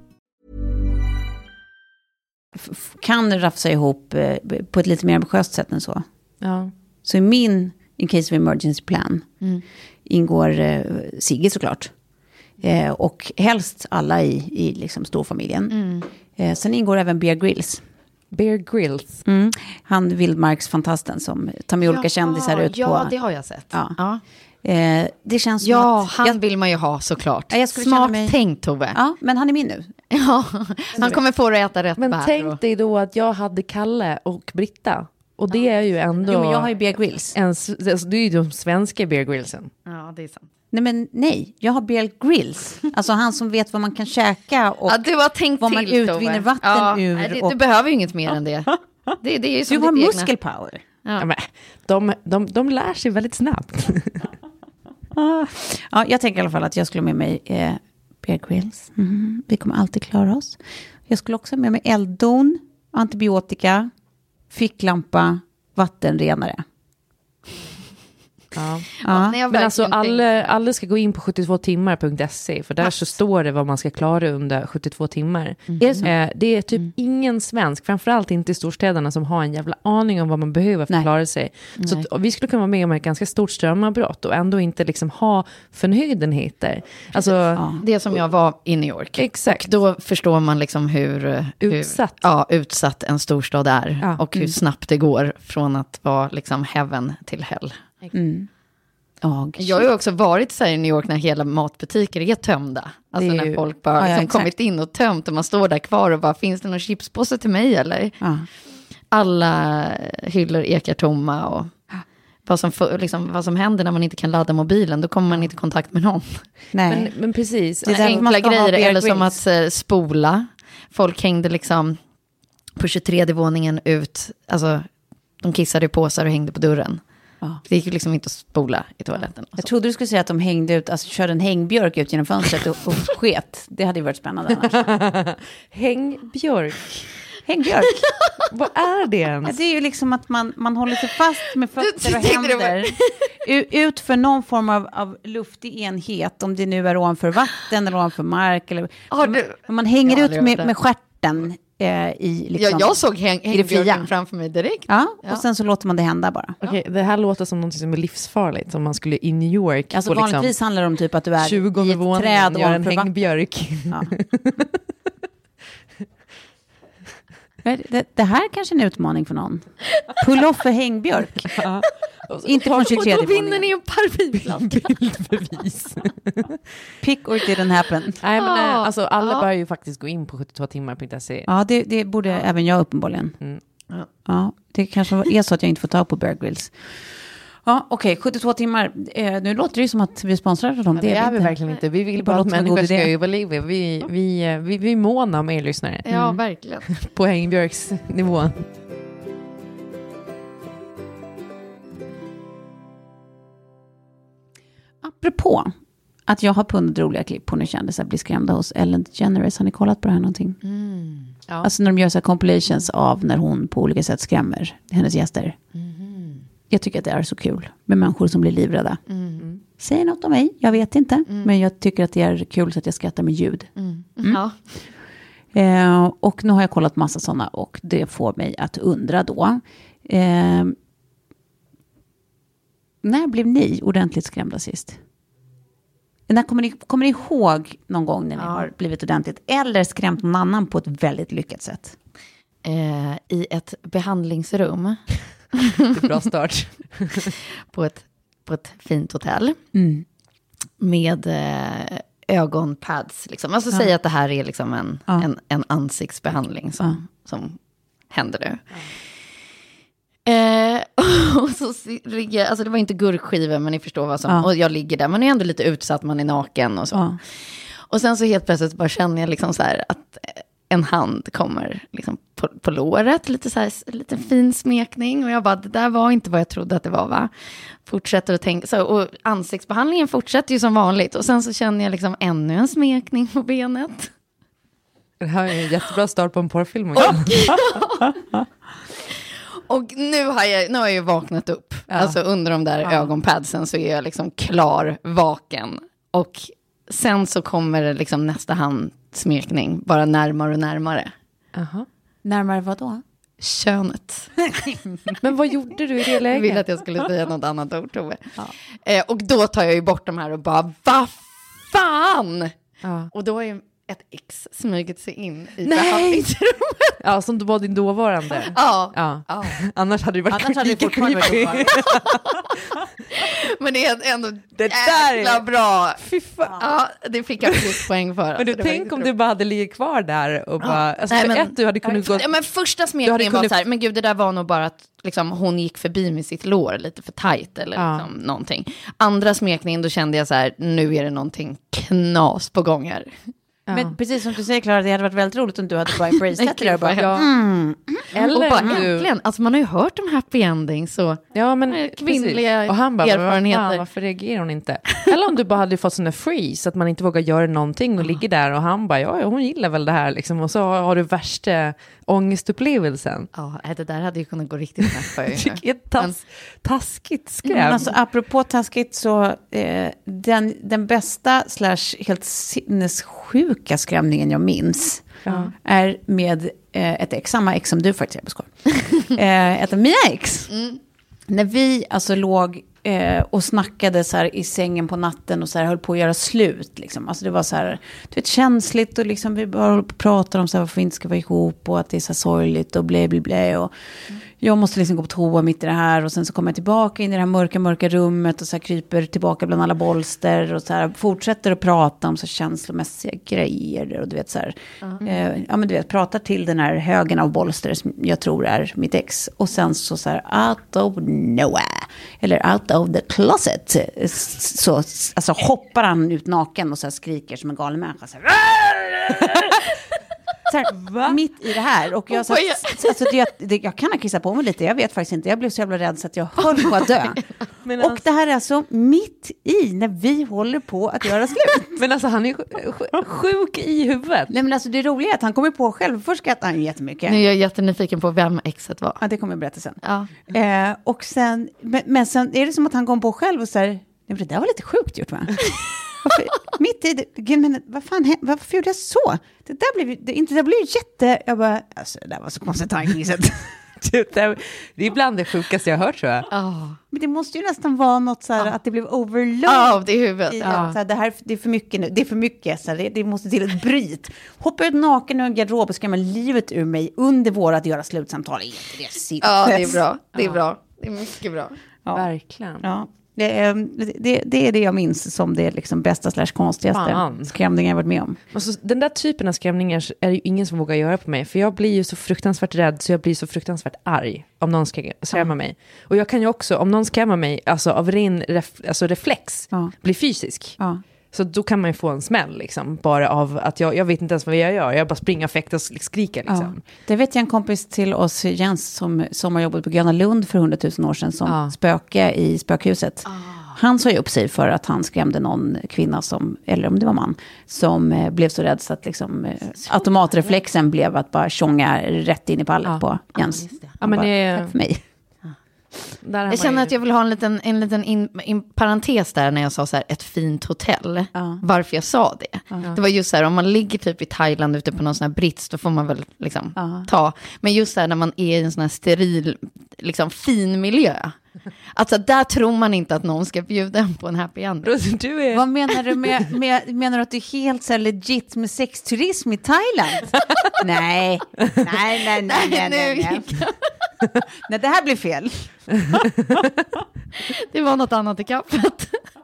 Kan rafsa ihop på ett lite mer ambitiöst sätt än så. Ja. Så i min in case of emergency plan ingår Sigge såklart. Och helst alla i liksom storfamiljen. Sen ingår även Bear Grylls. Bear Grylls. Han vildmarksfantasten som tar med olika kändisar ut på... Ja, det har jag sett. Ja. Det känns som Ja, att... han vill man ju ha såklart. Jag skulle Smart mig... tänkt, Tove. Ja, men han är min nu. Ja, han kommer få dig att äta rätt Men bär. tänk dig då att jag hade Kalle och Britta. Och det är ju ändå... Jo, men jag har ju Bear Grylls. Alltså, det är ju de svenska Bear Grillsen. Ja, det är sant. Nej, jag har Bear Grylls. Alltså han som vet vad man kan käka och du har tänkt vad man till, utvinner Tove. vatten ur. Nej, och... Du behöver ju inget mer än det. Det är ju som du har ditt muskelpower. Ja. Men, de lär sig väldigt snabbt. Ja, jag tänker i alla fall att jag skulle med mig Bear Grylls. Vi kommer alltid klara oss. Jag skulle också med mig elddon, antibiotika, ficklampa, vattenrenare. Ja. Ja. Men alltså alla ska gå in på 72timmar.se för där så står det vad man ska klara under 72 timmar. Det är typ ingen svensk, framförallt inte i storstäderna, som har en jävla aning om vad man behöver för att klara sig. Så att, vi skulle kunna vara med om ett ganska stort strömavbrott och ändå inte liksom ha förnödenheter. Alltså, det som jag var i New York. Exakt. Och då förstår man liksom hur utsatt en storstad är och hur snabbt det går från att vara liksom heaven till hell. Jag har ju också varit så här i New York när hela matbutiker är tömda. Alltså när folk bara liksom kommit in och tömt och man står där kvar och bara, finns det någon chipspåse till mig eller? Alla hyllor ekar tomma och vad som händer när man inte kan ladda mobilen, då kommer man inte i kontakt med någon. Nej. Men precis. Det är enkla grejer, eller som att spola. Folk hängde liksom på 23:e våningen ut, alltså de kissade i påsar och hängde på dörren. Det gick ju liksom inte att spola i toaletten. Jag trodde du skulle säga att de hängde ut, alltså körde en hängbjörk ut genom fönstret och sket. Det hade ju varit spännande annars. Hängbjörk. Vad är det ens? Ja, det är ju liksom att man håller sig fast med fötter och händer ut för någon form av luftig enhet, om det nu är ovanför vatten eller ovanför mark. Eller, man hänger ut med stjärten. Jag såg hängbjörken framför mig direkt. Ja, och sen så låter man det hända bara. Okej, det här låter som något som är livsfarligt, om man skulle i New York. Alltså på vanligtvis liksom handlar det om typ att du är 20 i ett träd och en hängbjörk. Ja. Det här kanske är en utmaning för någon. Pull off för hängbjörk. Inte från 23:e våningen. Och då vinner ni en parfymflaska. Bildbevis. Pick or it didn't happen. Nej, men alltså alla bör ju faktiskt gå in på 72timmar.se. Ja, det borde även jag uppenbarligen. Ja, det kanske är så att jag inte får ta på Bear Grylls. Ja, okej, 72 timmar. Nu låter det ju som att vi sponsrar dem. Det är vi verkligen inte. Vi vill bara att människor ska överleva. Vi månar om er lyssnare. Ja, verkligen. På Hängbjörks nivå. Apropå att jag har pundat roliga klipp på när kändisar blir skrämda hos Ellen DeGeneres. Har ni kollat på det här någonting? Ja. Alltså när de gör så här compilations av när hon på olika sätt skrämmer hennes gäster. Jag tycker att det är så kul med människor som blir livrädda. Säg något om mig, jag vet inte. Men jag tycker att det är kul så att jag skrattar med ljud. Ja. Och nu har jag kollat massa sådana och det får mig att undra då. När blev ni ordentligt skrämda sist? När kommer ni ihåg någon gång när ni har blivit ordentligt eller skrämt någon annan på ett väldigt lyckat sätt? I ett behandlingsrum. Det är bra start. på ett fint hotell. Med ögonpads. Liksom. Alltså säga att det här är liksom en ansiktsbehandling som händer nu. Och så ligger, alltså det var inte gurkskivor, men ni förstår vad som, och jag ligger där, man är ändå lite utsatt, man är naken och så. Och sen så helt plötsligt bara känner jag liksom så här att en hand kommer liksom på låret, lite så här, lite fin smekning, och jag bara, det där var inte vad jag trodde att det var, va? Fortsätter att tänka, så, och ansiktsbehandlingen fortsätter ju som vanligt, och sen så känner jag liksom ännu en smekning på benet. Det här är en jättebra start på en porrfilm. Och nu har jag ju vaknat upp. Alltså under de där ögonpadsen så är jag liksom klar, vaken. Och sen så kommer det liksom nästa handsmekning, bara närmare och närmare. Närmare vad då? Könet. Men vad gjorde du i det läget? Jag ville att jag skulle säga något annat ord, Tove. Och då tar jag ju bort de här och bara, vad fan? Och då är ett ex smugit sig in i behandlingsrummet. Ja, som var din dåvarande. Ja. Annars hade det varit lika creepy. Men det är ändå det jäkla bra. Fy fan. Ja, det fick jag pluspoäng för. Men du, tänk om du bara hade ligger kvar där och bara... Alltså, nej, men, du hade kunnat gå... Ja, men första smekningen var så här, men gud, det där var nog bara att liksom, hon gick förbi med sitt lår lite för tajt eller liksom, någonting. Andra smekningen, då kände jag så här, nu är det någonting knas på gång här. Men precis som du säger, Clara, det hade varit väldigt roligt om du hade bara embraceat det där och bara, Eller och bara äntligen, alltså man har ju hört om happy ending, så kvinnliga och han bara, erfarenheter. Varför reagerar hon inte? Eller om du bara hade fått sån där freeze, att man inte vågar göra någonting och ligger där och han bara, ja, hon gillar väl det här liksom, och så har du värsta ångestupplevelsen. Ja, det där hade ju kunnat gå riktigt snabbt för ju. Taskigt skräm. Alltså, apropå taskigt så den bästa / helt sinnessjuka skrämningen jag minns är med ett ex, samma ex som du faktiskt, ett av mina ex. När vi alltså låg och snackade så här i sängen på natten och så här höll på att göra slut liksom. Alltså det var så här, du vet, känsligt och liksom vi bara pratar om så här varför vi inte ska vara ihop och att det är så sorgligt och blä och jag måste liksom gå på toa mitt i det här och sen så kommer jag tillbaka in i det här mörka rummet och så här kryper tillbaka bland alla bolster och så här fortsätter att prata om så känslomässiga grejer och du vet så här ja men du vet, pratar till den här högen av bolster som jag tror är mitt ex och sen så här out of nowhere eller out of the closet så alltså hoppar han ut naken och så här skriker som en galen människa så här, så här, mitt i det här och jag, alltså, jag kan ha kissat på mig lite, jag vet faktiskt inte, jag blev så jävla rädd så att jag höll på att dö. Men och det här är alltså mitt i när vi håller på att göra slut. Men alltså han är sjuk i huvudet. Nej men alltså det roliga är att han kommer på själv, först skrattar han jättemycket. Nu är jag jättenyfiken på vem exet var. Ja, det kommer jag berätta sen. Ja. Och sen, men sen är det som att han kom på själv och så här, det där var lite sjukt gjort, va? Mitt i det, men varför gjorde jag så? Det där blev jätte... Jag bara, alltså det där var så konstigt tankeviset. Det är ibland det sjukaste jag har hört, tror jag. Men det måste ju nästan vara något så här att det blev overload i huvudet. Så här, det är för mycket nu. Det är för mycket. Så här, det måste till ett bryt. Hoppa ut naken ur en garderob och skrämma livet ur mig under vårat göra slutsamtal. Ja, det är bra. Det är bra. Det är mycket bra. Ja. Verkligen. Ja. Det är det jag minns som det liksom bästa / konstigaste skrämningar jag varit med om. Alltså, den där typen av skrämningar är det ju ingen som vågar göra på mig. För jag blir ju så fruktansvärt rädd så jag blir så fruktansvärt arg om någon ska skrämma mig. Och jag kan ju också, om någon skrämmer mig alltså, av ren reflex, bli fysisk. Så då kan man ju få en smäll liksom, bara av att jag vet inte ens vad jag gör. Jag bara springer och fäktar och skriker liksom. Det vet jag en kompis till oss, Jens, som har jobbat på Gröna Lund för 100 000 år sedan som spöke i spökhuset. Han sa ju upp sig för att han skrämde någon kvinna som, eller om det var man, som blev så rädd så att liksom, automatreflexen blev att bara tjonga rätt in i pallet på Jens. Ja, men det... Tack för mig. Jag känner att jag vill ha en liten parentes där när jag sa så här, ett fint hotell. Varför jag sa det. Det var just så här, om man ligger typ i Thailand ute på någon sån här brits, då får man väl liksom ta. Men just så här, när man är i en sån här steril, liksom fin miljö. Alltså där tror man inte att någon ska bjuda en på en happy end. Vad menar du menar du att det är helt så legit med sexturism i Thailand? Nej. Nej, det här blir fel. Det var något annat i kaffet.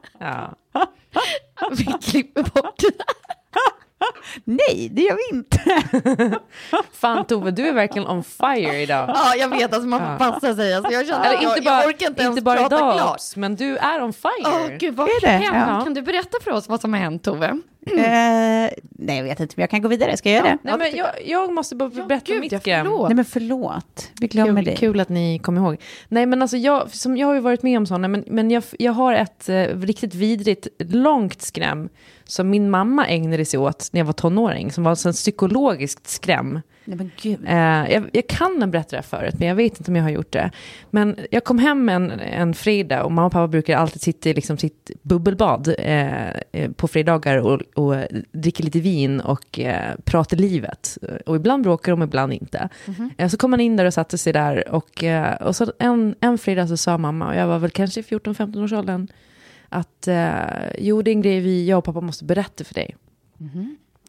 Vi klipper bort det. Nej, det gör vi inte. Fan Tove, du är verkligen on fire idag. Ja, jag vet, alltså man får passa sig. Alltså, jag känner att jag orkar inte ens bara prata idag, klart. Men du är on fire. Gud, vad är det? Ja. Kan du berätta för oss vad som har hänt, Tove? Nej, jag vet inte, men jag kan gå vidare. Ska jag göra det? Nej, men jag måste bara berätta mitt skräm. Nej, men förlåt. Vi glömmer det. Kul att ni kommer ihåg. Nej, men alltså jag har ju varit med om sådana, men jag har ett riktigt vidrigt, långt skräm som min mamma ägnade sig åt när jag var tonåring, som var alltså en psykologiskt skräm. Nej, men gud. Jag kan ha berättat det förut, men jag vet inte om jag har gjort det. Men jag kom hem en fredag och mamma och pappa brukar alltid sitta i liksom sitt bubbelbad på fredagar och dricker lite vin och pratar livet. Och ibland bråkar de, ibland inte. Så kom man in där och satte sig där och så en fredag så sa mamma, och jag var väl kanske 14-15 års åldern, att jo, det är en grej jag och pappa måste berätta för dig.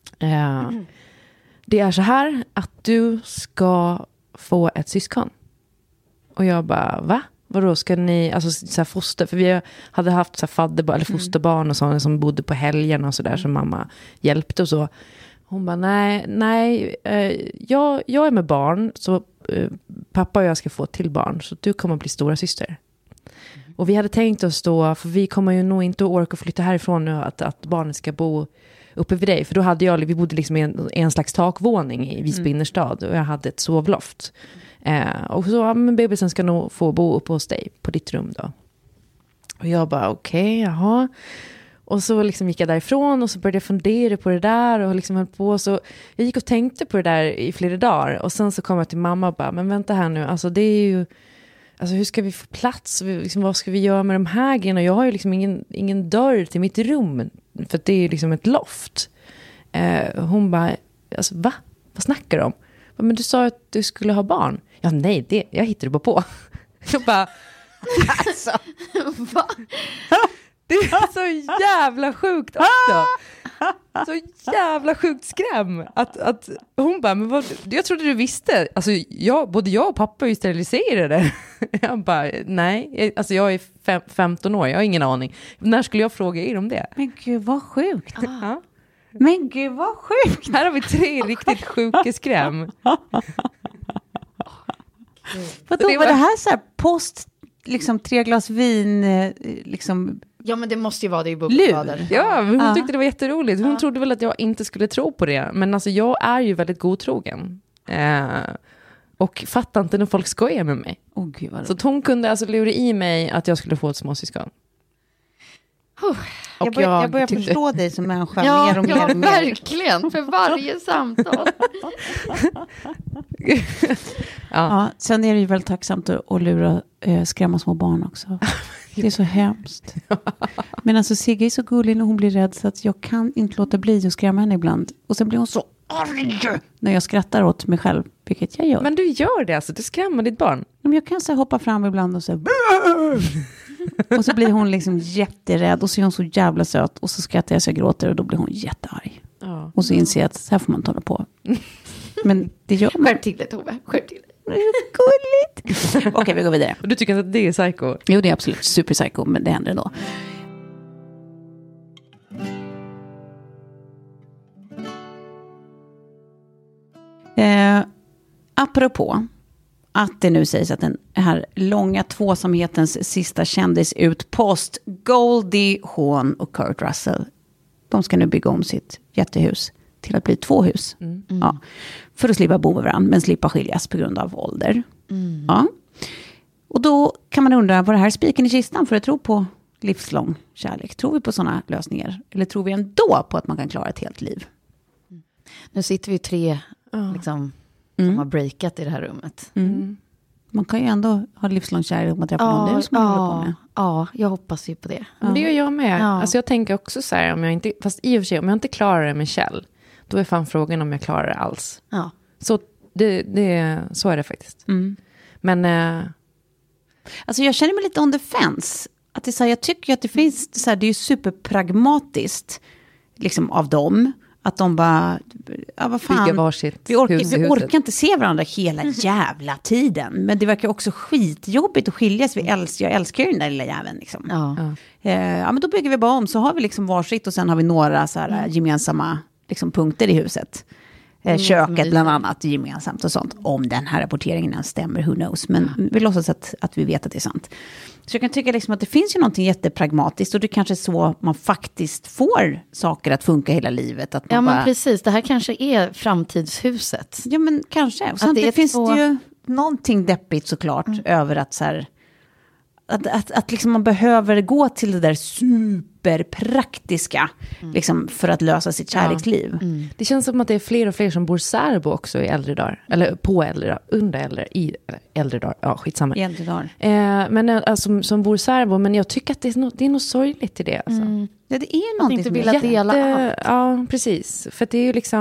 Det är så här att du ska få ett syskon. Och jag bara, va? Vadå ska ni, alltså så här foster, för vi hade haft så här fadderbarn eller fosterbarn och sådana som bodde på helgen och så där som mamma hjälpte och så. Hon bara, nej, jag är med barn så pappa och jag ska få till barn så du kommer bli stora syster. Och vi hade tänkt oss då, för vi kommer ju nog inte att orka flytta härifrån nu att barnet ska bo uppe vid dig. För då hade vi bodde liksom i en slags takvåning i Visby innerstad och jag hade ett sovloft. Och så, men bebisen ska nog få bo uppe hos dig på ditt rum då. Och jag bara, okej, jaha. Och så liksom gick jag därifrån och så började jag fundera på det där och liksom höll på. Så jag gick och tänkte på det där i flera dagar. Och sen så kom jag till mamma och bara, men vänta här nu, alltså det är ju... Alltså hur ska vi få plats? Liksom, vad ska vi göra med de här grejerna? Jag har ju liksom ingen dörr till mitt rum. För det är ju liksom ett loft. Hon bara, alltså va? Vad snackar du om? Men du sa att du skulle ha barn. Ja nej, jag hittade bara på. Jag bara, alltså. Va? Det är så jävla sjukt också. Så jävla sjukt skräm. Att hon bara, men jag trodde du visste. Alltså både jag och pappa är ju steriliserade. Jag bara, nej. Alltså jag är 15 år, jag har ingen aning. När skulle jag fråga er om det? Men gud vad sjukt. Ja. Men gud vad sjukt. Här har vi 3 riktigt sjuka skräm. Vadå, var det här så här post, liksom 3 glas vin, liksom... Ja, men det måste ju vara det i bubbelfader. Ja, men hon tyckte det var jätteroligt. Hon trodde väl att jag inte skulle tro på det. Men alltså jag är ju väldigt godtrogen. Och fattar inte när folk skojar med mig. Gud, vad så att hon kunde alltså lura i mig att jag skulle få ett småsyskon. Jag börjar förstå dig som människa mer och mer. Ja, verkligen. För varje samtal. Ja, sen är det ju väldigt tacksamt att lura skrämma små barn också. Det är så hemskt. Men alltså Sigge är så gullig när hon blir rädd så att jag kan inte låta bli att skrämma henne ibland. Och sen blir hon så arg när jag skrattar åt mig själv, vilket jag gör. Men du gör det alltså, du skrämmer ditt barn. Men jag kan så hoppa fram ibland och säga och så blir hon liksom jätterädd och så är hon så jävla söt och så skrattar jag så jag gråter och då blir hon jättearg. Ja. Och så inser jag att så här får man ta på. Men det gör man. Skärp till det, Tove. Skärp till det. Det är gulligt. Okej, vi går vidare. Och du tycker att det är psycho? Jo, det är absolut super psycho, men det händer ändå. Apropå att det nu sägs att den här långa tvåsamhetens sista kändisutpost, Goldie Hawn och Kurt Russell, de ska nu bygga om sitt jättehus till att bli 2 hus. Ja, för att slippa bo med varandra, men slippa skiljas på grund av ålder. Ja. Och då kan man undra, var det här spiken i kistan för att tro på livslång kärlek? Tror vi på sådana lösningar? Eller tror vi ändå på att man kan klara ett helt liv? Nu sitter vi 3 liksom, som har breakat i det här rummet. Man kan ju ändå ha livslång kärlek om man träffar någon nu som man håller på med. Ja, jag hoppas ju på det. Men det gör jag med. Ja. Alltså jag tänker också så här, fast i och för sig, om jag inte klarar det med Kjell, då är fan frågan om jag klarar det alls. Ja. Så så är det faktiskt. Men alltså jag känner mig lite on the fence. Att det är så här, jag tycker att det finns så här, det är ju superpragmatiskt liksom av dem. Att de bara, ja vad fan, vi orkar inte se varandra hela jävla tiden. Men det verkar också skitjobbigt att skiljas. Jag älskar ju den där lilla jäveln liksom. Ja, men då bygger vi bara om, så har vi liksom varsitt och sen har vi några så här gemensamma liksom punkter i huset. Köket bland annat gemensamt och sånt. Om den här rapporteringen ens stämmer, who knows. Men vi låtsas att vi vet att det är sant. Så jag kan tycka liksom att det finns ju någonting jättepragmatiskt. Och det är kanske så man faktiskt får saker att funka hela livet. Att man men precis. Det här kanske är framtidshuset. Ja, men kanske. Och samtidigt finns det ju någonting deppigt såklart över att så här... Att liksom man behöver gå till det där superpraktiska liksom, för att lösa sitt kärleksliv. Det känns som att det är fler och fler som bor särbo också i äldre dagar. Eller på äldre dagar, under äldre, i äldre dagar. Ja, skitsamma. I äldre dagar. Men alltså, som bor särbo, men jag tycker att det är något sorgligt i det. Alltså. Ja, det är någonting som inte vill dela allt. Ja, precis. För det är ju liksom...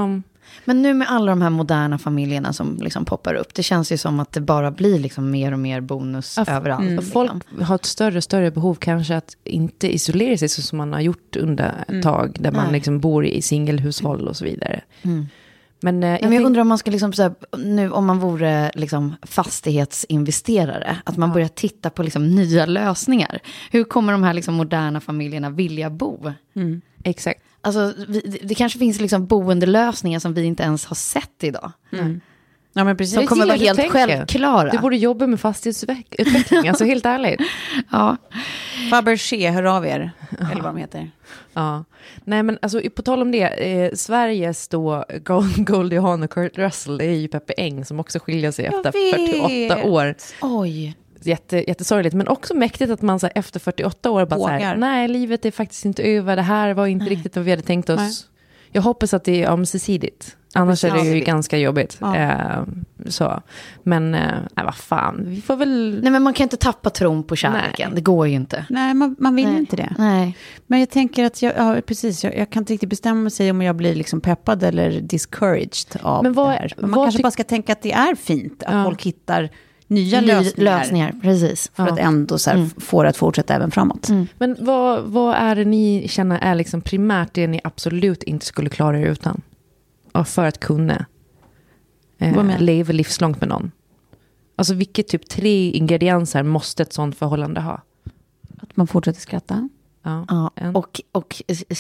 Men nu med alla de här moderna familjerna som liksom poppar upp, det känns ju som att det bara blir liksom mer och mer bonus överallt. Folk har ett större behov kanske att inte isolera sig så som man har gjort under ett tag, där man liksom bor i singelhushåll och så vidare. Men jag undrar om man ska liksom, så här, nu om man vore liksom fastighetsinvesterare, att man börjar titta på liksom nya lösningar. Hur kommer de här liksom moderna familjerna vilja bo? Exakt. Alltså, det kanske finns liksom boendelösningar som vi inte ens har sett idag. Ja, men precis. Som kommer vara helt självklara. Du borde jobba med fastighetsutveckling, alltså helt ärligt. Ja. Fabergé, hör av er. Eller vad de heter. Ja. Nej, men alltså, på tal om det, Sveriges då Goldie Hawn och Kurt Russell, det är ju Peppe Eng som också skiljer sig efter 48 år. Oj. Jättesorgligt, men också mäktigt att man så här, efter 48 år bara så här, nej, livet är faktiskt inte över, det här var inte riktigt vad vi hade tänkt oss. Nej. Jag hoppas att det är ömsesidigt. Annars är det ju ganska jobbigt. Så. Men vad fan, vi får väl... Nej, men man kan inte tappa tron på kärleken. Nej. Det går ju inte. Nej, man vill ju inte det. Nej. Men jag tänker att jag kan inte riktigt bestämma sig om jag blir liksom peppad eller discouraged av det här. Men man kanske bara ska tänka att det är fint att folk hittar nya lösningar. Precis. För att ändå så här, få det att fortsätta även framåt. Men vad är det ni känner är liksom primärt det ni absolut inte skulle klara er utan? Och för att kunna leva livslångt med någon. Alltså vilket typ 3 ingredienser måste ett sånt förhållande ha? Att man fortsätter skratta. Ja, och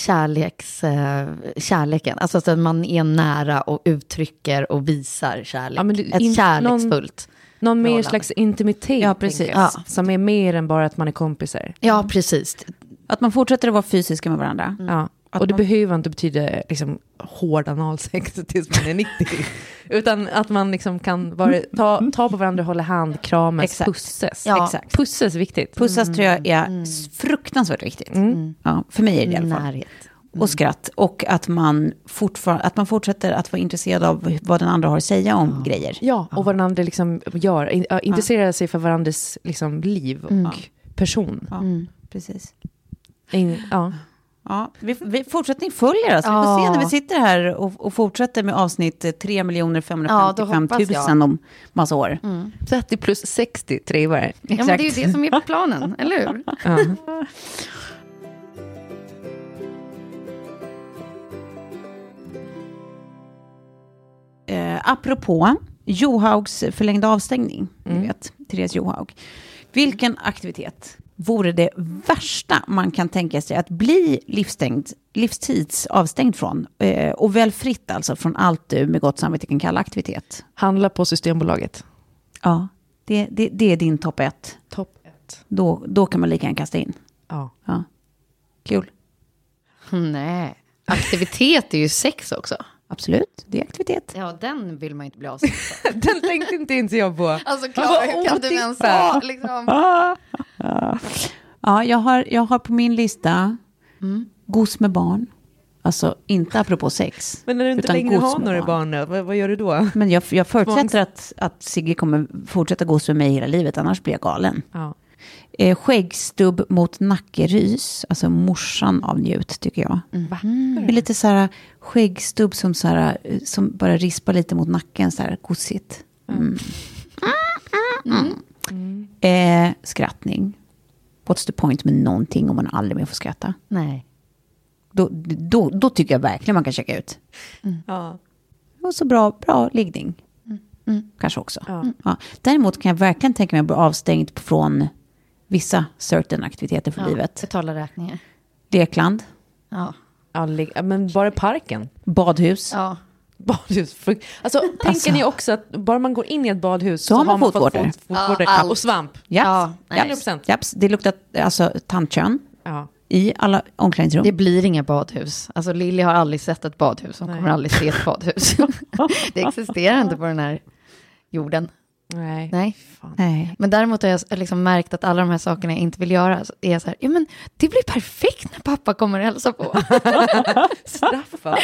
kärleken. Alltså att man är nära och uttrycker och visar kärlek. Ja, ett kärleksfullt. Någon mer slags intimitet. Ja, precis. Som är mer än bara att man är kompisar. Ja, precis. Att man fortsätter att vara fysiska med varandra. Ja. Och det behöver inte betyda liksom hård analsex tills man är 90. Utan att man liksom kan ta på varandra, hålla hand, kramas, pussas. Ja. Exakt. Pussas är viktigt. Pussas tror jag är fruktansvärt viktigt. Ja, för mig är det i alla fall. Närhet. Och skratt. Och att man fortsätter att vara intresserad av vad den andra har att säga om grejer. Ja, och vad den andra liksom gör. Intresserar sig för varandras liksom liv och person. Ja, precis. Ja, vi fortsättning följer oss. Vi får se när vi sitter här och fortsätter med avsnitt 3 555 000 om massa år. 30 plus 60 trevar. Ja, men det är ju det som är planen, eller hur? Apropå Johaugs förlängda avstängning, ni vet, Therese Johaug. Vilken aktivitet vore det värsta man kan tänka sig att bli livstidsavstängd från? Och väl fritt alltså från allt du med gott samvete kan kalla aktivitet. Handla på Systembolaget. Ja, det är din topp 1. Topp 1. Då kan man lika gärna kasta in. Ja. Kul. Nej, aktivitet är ju sex också. Absolut, det är aktivitet. Ja, den vill man inte bli avstängd för. Den tänkte inte jag på. Alltså, Klara, kan du ens ha liksom... Ja, jag har på min lista gos med barn. Alltså inte apropå sex. Men när du inte längre har några barn, vad gör du då? Men jag förutsätter att Sigge kommer fortsätta gos med mig hela livet, annars blir jag galen. Ja. Skäggstubb mot nackerys, alltså morsan av njut tycker jag. Det är lite så här skäggstubb som så här, som bara rispar lite mot nacken så här gosigt. Skrattning. What's the point med någonting om man aldrig mer får skratta? Nej. Då tycker jag verkligen man kan checka ut. Ja. Och så bra liggning. Kanske också. Ja. Däremot kan jag verkligen tänka mig att bli avstängd från vissa certain aktiviteter för livet. Betala räkningar. Lekland. Ja. Men bara parken. Badhus. Ja. Badhus. Alltså, tänker ni också att bara man går in i ett badhus så har man fått fotvårtor. Och svamp. Ja, 100%. Japs. Det luktar alltså tandkön. Ja. I alla omklädningsrum. Det blir inga badhus. Alltså Lilly har aldrig sett ett badhus. Hon kommer aldrig se ett badhus. Det existerar inte på den här jorden. Nej. Men däremot har jag liksom märkt att alla de här sakerna jag inte vill göra är jag så här, ja men det blir perfekt när pappa kommer och hälsa på. Straffa.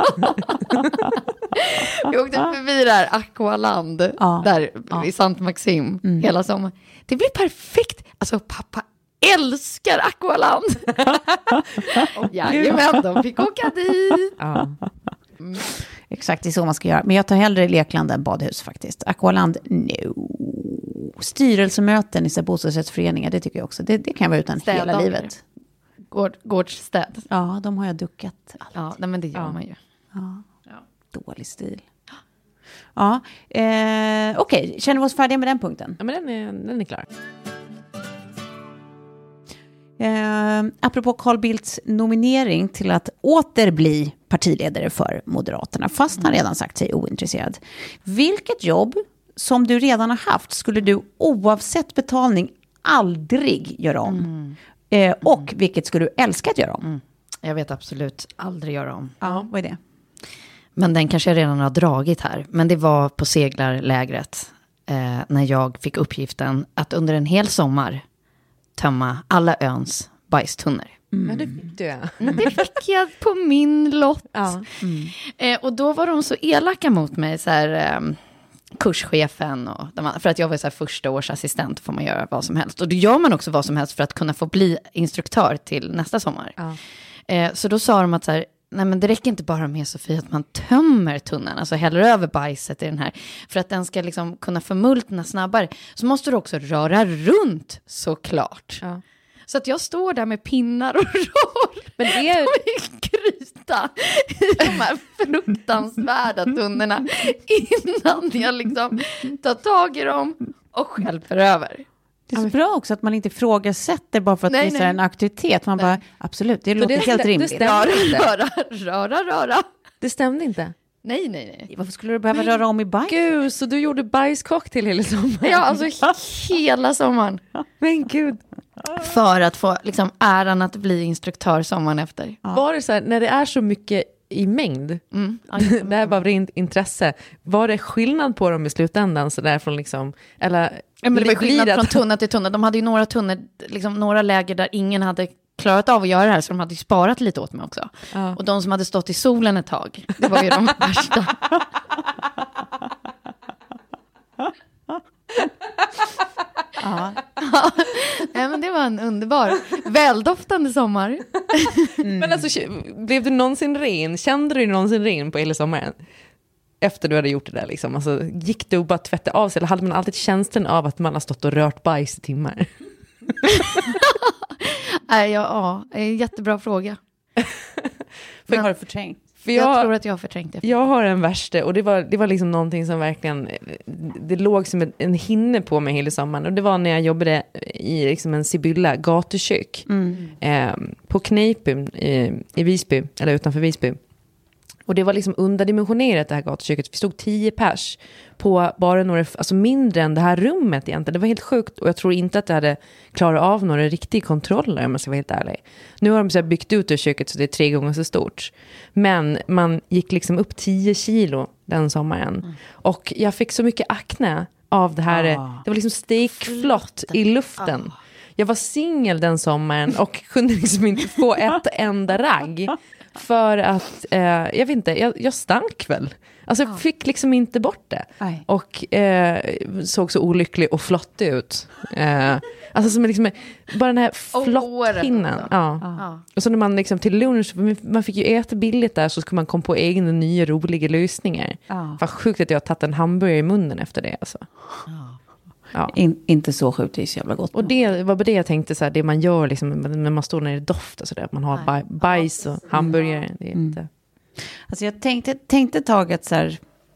Vi åkte förbi där Aqualand där i Sant Maxim hela sommaren. Det blir perfekt. Alltså pappa älskar Aqualand. Jajamän, de fick åka dit. Exakt, det är så man ska göra. Men jag tar hellre lekland än badhus faktiskt. Aqualand, no. Styrelsemöten i bostadsrättsföreningar, det tycker jag också. Det kan jag vara utan hela livet. Gårdsstäd. Ja, de har jag duckat. Ja, men det gör man ju. Ja. Dålig stil. Ja, okej. Känner vi oss färdiga med den punkten? Ja, men den är klar. Apropå Carl Bildts nominering till att åter bli partiledare för Moderaterna, fast han redan sagt sig ointresserad. Vilket jobb som du redan har haft skulle du oavsett betalning aldrig göra om? Och vilket skulle du älska att göra om? Jag vet absolut aldrig göra om. Ja, vad är det? Men den kanske jag redan har dragit här. Men det var på seglarlägret när jag fick uppgiften att under en hel sommar tömma alla öns bajstunnor. Ja, det fick du. Det fick jag på min lott. Ja. Och då var de så elaka mot mig, så här, kurschefen och för att jag var så här första års assistent, får man göra vad som helst. Och då gör man också vad som helst för att kunna få bli instruktör till nästa sommar. Ja. Så då sa de att så här, nej, men det räcker inte bara med, Sofie, att man tömmer tunnan, alltså häller över bajset i den här. För att den ska liksom kunna förmultna snabbare, så måste du också röra runt, såklart. Ja. Så att jag står där med pinnar och rör. Men det är kryta i de här fruktansvärda tunnorna innan jag liksom tar tag i dem och skälper över. Det är så bra också att man inte ifrågasätter bara för att visa en aktivitet. Man bara, absolut, det låter helt rimligt. Röra. Det stämde inte. Nej. Varför skulle du behöva röra om i bajs? Gud, så du gjorde bajscocktail hela sommaren? Ja, alltså hela sommaren. Men gud. För att få liksom äran att bli instruktör sommaren efter. Ja. Var det så här, när det är så mycket i mängd, det här var rent intresse, var det skillnad på dem i slutändan så där från liksom, eller men det var skillnad från tunna till tunna. De hade ju några tunnor, liksom några läger där ingen hade klarat av att göra det här, så de hade ju sparat lite åt mig också. Ja. Och de som hade stått i solen ett tag, det var ju de värsta. Ja. Ja, men det var en underbar, väldoftande sommar. Men alltså, blev du någonsin ren? Kände du någonsin ren på hela sommaren? Efter du hade gjort det där liksom. Alltså, gick du och bara tvätta av sig? Eller hade man alltid känslan av att man har stått och rört bajs i timmar? Ja, en jättebra fråga. För jag har förträngt. Jag tror att jag har förträngt det. Jag har en värsta, och det var liksom någonting som verkligen, det låg som en hinne på mig hela sommaren. Och det var när jag jobbade i liksom en Sibylla gatukök på Kneipen i Visby, eller utanför Visby. Och det var liksom underdimensionerat, det här gatuköket. Vi stod 10 pers på bara några, alltså mindre än det här rummet egentligen. Det var helt sjukt, och jag tror inte att det hade klarat av några riktiga kontroller, om man ska vara helt ärlig. Nu har de så här byggt ut det köket så det är 3 gånger så stort. Men man gick liksom upp 10 kilo den sommaren. Och jag fick så mycket akne av det här. Det var liksom stekflott i luften. Jag var singel den sommaren och kunde liksom inte få ett enda ragg. För att, jag vet inte, jag stank väl. Alltså jag fick liksom inte bort det. Aj. Och såg så olycklig och flott ut. Alltså som liksom, bara den här flotthinnan. Ja. Och så när man liksom till lunch, man fick ju äta billigt där, så skulle man komma på egna nya roliga lösningar. Vad sjukt att jag har tagit en hamburgare i munnen efter det. Alltså. Ja. Inte så sjukt, det är så jävla gott. Och det var det jag tänkte så här, det man gör liksom, när man står när det doftar så där, att man har bajs och hamburgare. Det är inte. Alltså jag tänkte ett tag att så här,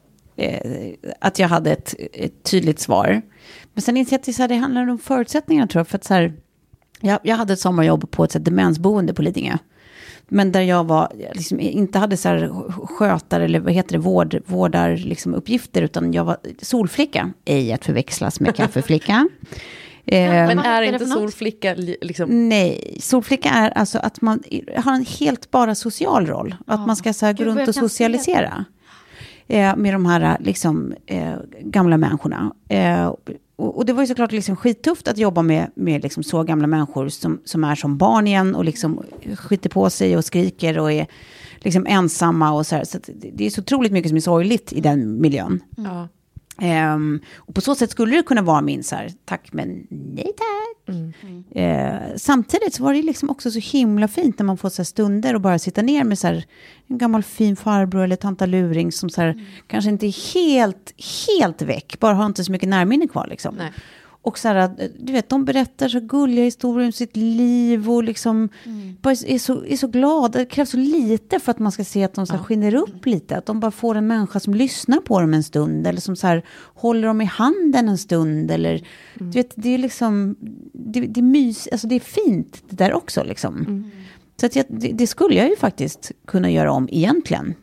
att jag hade ett tydligt svar. Men sen insåg jag att det, så här, det handlar om förutsättningar, tror jag. För att så här, jag hade ett sommarjobb på ett demensboende på Lidingö. Men där jag var, liksom, inte hade så här skötare eller vad heter det, vårdar liksom uppgifter, utan jag var solflicka, ej att förväxlas med kaffeflicka. Men är inte solflicka liksom? Nej, solflicka är alltså att man har en helt bara social roll. Att man ska så här, gå runt och socialisera med de här liksom, gamla människorna. Och det var ju såklart liksom skittufft att jobba med liksom så gamla människor som är som barn igen och liksom skiter på sig och skriker och är liksom ensamma och så här. Så det är så otroligt mycket som är sorgligt i den miljön. Och på så sätt skulle det kunna vara min så här, tack men nej tack. Samtidigt så var det liksom också så himla fint när man får så här stunder och bara sitta ner med så här, en gammal fin farbror eller tanta luring som så här, kanske inte är helt väck, bara har inte så mycket närminne kvar liksom. Nej. Och så här, du vet, de berättar så gulliga historier om sitt liv och liksom bara är så glada. Det krävs så lite för att man ska se att de så här skiner upp lite. Att de bara får en människa som lyssnar på dem en stund. Eller som så här håller dem i handen en stund. Eller, du vet, det är liksom, det är mys, alltså det är fint det där också liksom. Så att det skulle jag ju faktiskt kunna göra om egentligen.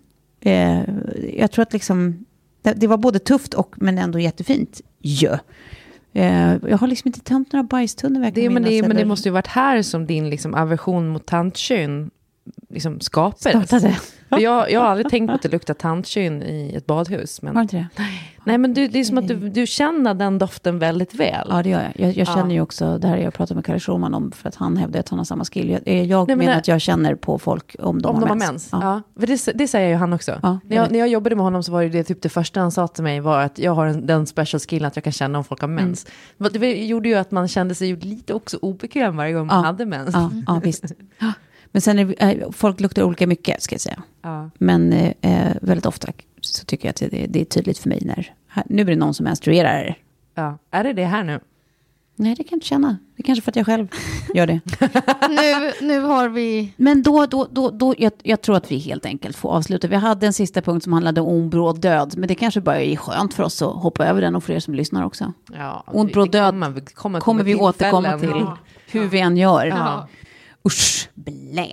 Jag tror att liksom, det var både tufft men ändå jättefint. Ja. Jag har liksom inte tömt några bajstunnor. Men det måste ju varit här som din liksom aversion mot tantkön liksom skapade. Jag har aldrig tänkt på att det luktar tantkön i ett badhus. Men... Har inte det? Nej, men det är som att du känner den doften väldigt väl. Ja, det gör jag. Jag känner ju också, det här jag pratat med Kalle Schulman om, för att han hävdar att han har samma skill. Jag menar att jag känner på folk om de har mens. Ja. För det säger ju han också. Ja, när jag jobbade med honom så var det typ det första han sa till mig var att jag har den special skill att jag kan känna om folk har mens. Det gjorde ju att man kände sig lite också obekväm varje gång man hade mens. Ja, visst. Men sen folk luktar olika mycket, ska jag säga. Ja. Men väldigt ofta så tycker jag att det är tydligt för mig när nu är det någon som menstruerar. Ja, är det här nu? Nej, det kan jag inte känna. Det är kanske för att jag själv gör det. nu har vi... Men då jag tror att vi helt enkelt får avsluta. Vi hade en sista punkt som handlade om ond bråd död. Men det kanske bara är skönt för oss att hoppa över den och för er som lyssnar också. Ja, ond bråd död kommer vi återkomma till hur vi än gör. Ja. Usch, blä.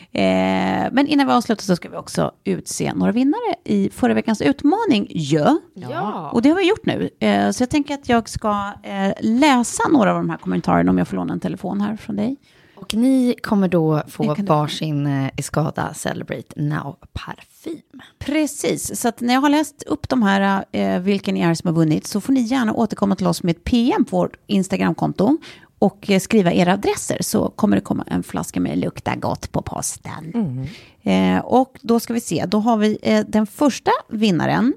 Men innan vi avslutar så ska vi också utse några vinnare i förra veckans utmaning. Ja. Och det har vi gjort nu. Så jag tänker att jag ska läsa några av de här kommentarerna om jag får låna en telefon här från dig. Och ni kommer då få varsin Escada Celebrate Now-parfym. Precis, så att när jag har läst upp de här vilken ni är som har vunnit så får ni gärna återkomma till oss med ett PM på vårt Instagramkonto. Och skriva era adresser så kommer det komma en flaska med lukta gott på posten. Och då ska vi se, då har vi den första vinnaren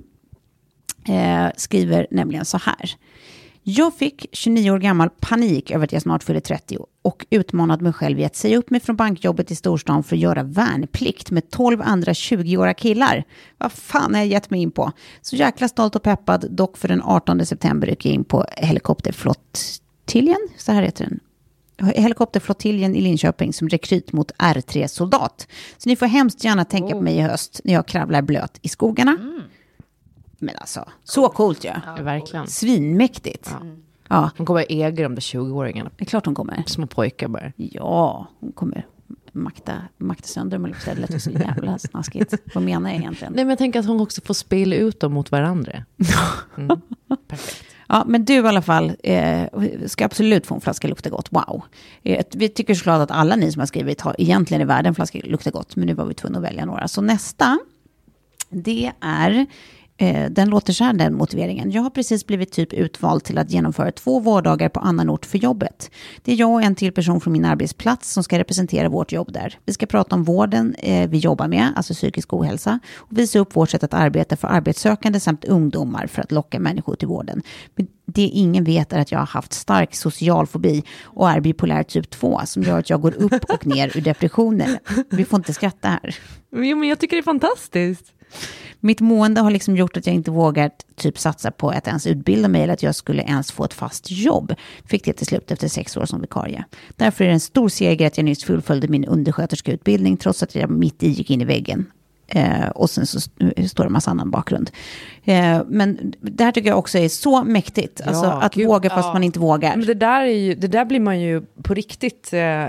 skriver nämligen så här. Jag fick 29 år gammal panik över att jag snart fyller 30 och utmanade mig själv i att säga upp mig från bankjobbet i storstan för att göra värnplikt med 12 andra 20-åriga killar. Vad fan har jag gett mig in på? Så jäkla stolt och peppad, dock för den 18 september gick jag in på helikopterflottiljen, så här heter den. Helikopterflottiljen i Linköping som rekryt mot R3-soldat. Så ni får hemskt gärna tänka på mig i höst när jag kravlar blöt i skogarna. Men alltså, så coolt ju. Ja, verkligen. Svinmäktigt. Ja. Hon kommer äga de där 20-åringarna. Det är klart hon kommer. Små pojkar bara. Ja, hon kommer makta sönder dem. Det låter så jävla snaskigt. Vad menar jag egentligen? Nej, men jag tänker att hon också får spela ut dem mot varandra. Perfekt. Ja, men du i alla fall ska absolut få en flaska lukta gott. Wow. Vi tycker såklart att alla ni som har skrivit har egentligen i världen en flaska lukta gott. Men nu var vi tvungna att välja några. Så nästa, det är... Den låter så här, den motiveringen. Jag har precis blivit typ utvald till att genomföra 2 vårdagar på annan ort för jobbet. Det är jag och en till person från min arbetsplats som ska representera vårt jobb där. Vi ska prata om vården vi jobbar med, alltså psykisk ohälsa. Och visa upp vårt sätt att arbeta för arbetssökande samt ungdomar för att locka människor till vården. Men det ingen vet är att jag har haft stark social fobi och är bipolär typ 2 som gör att jag går upp och ner ur depressioner. Vi får inte skratta här. Jo, men jag tycker det är fantastiskt. Mitt mående har liksom gjort att jag inte vågar typ satsa på att ens utbilda mig eller att jag skulle ens få ett fast jobb. Fick det till slut efter 6 år som vikarie. Därför är det en stor seger att jag nyss fullföljde min undersköterskeutbildning trots att jag mitt i gick in i väggen. Och sen så står det en massa annan bakgrund. Men det här tycker jag också är så mäktigt. Alltså att våga fast man inte vågar. Men det där blir man ju på riktigt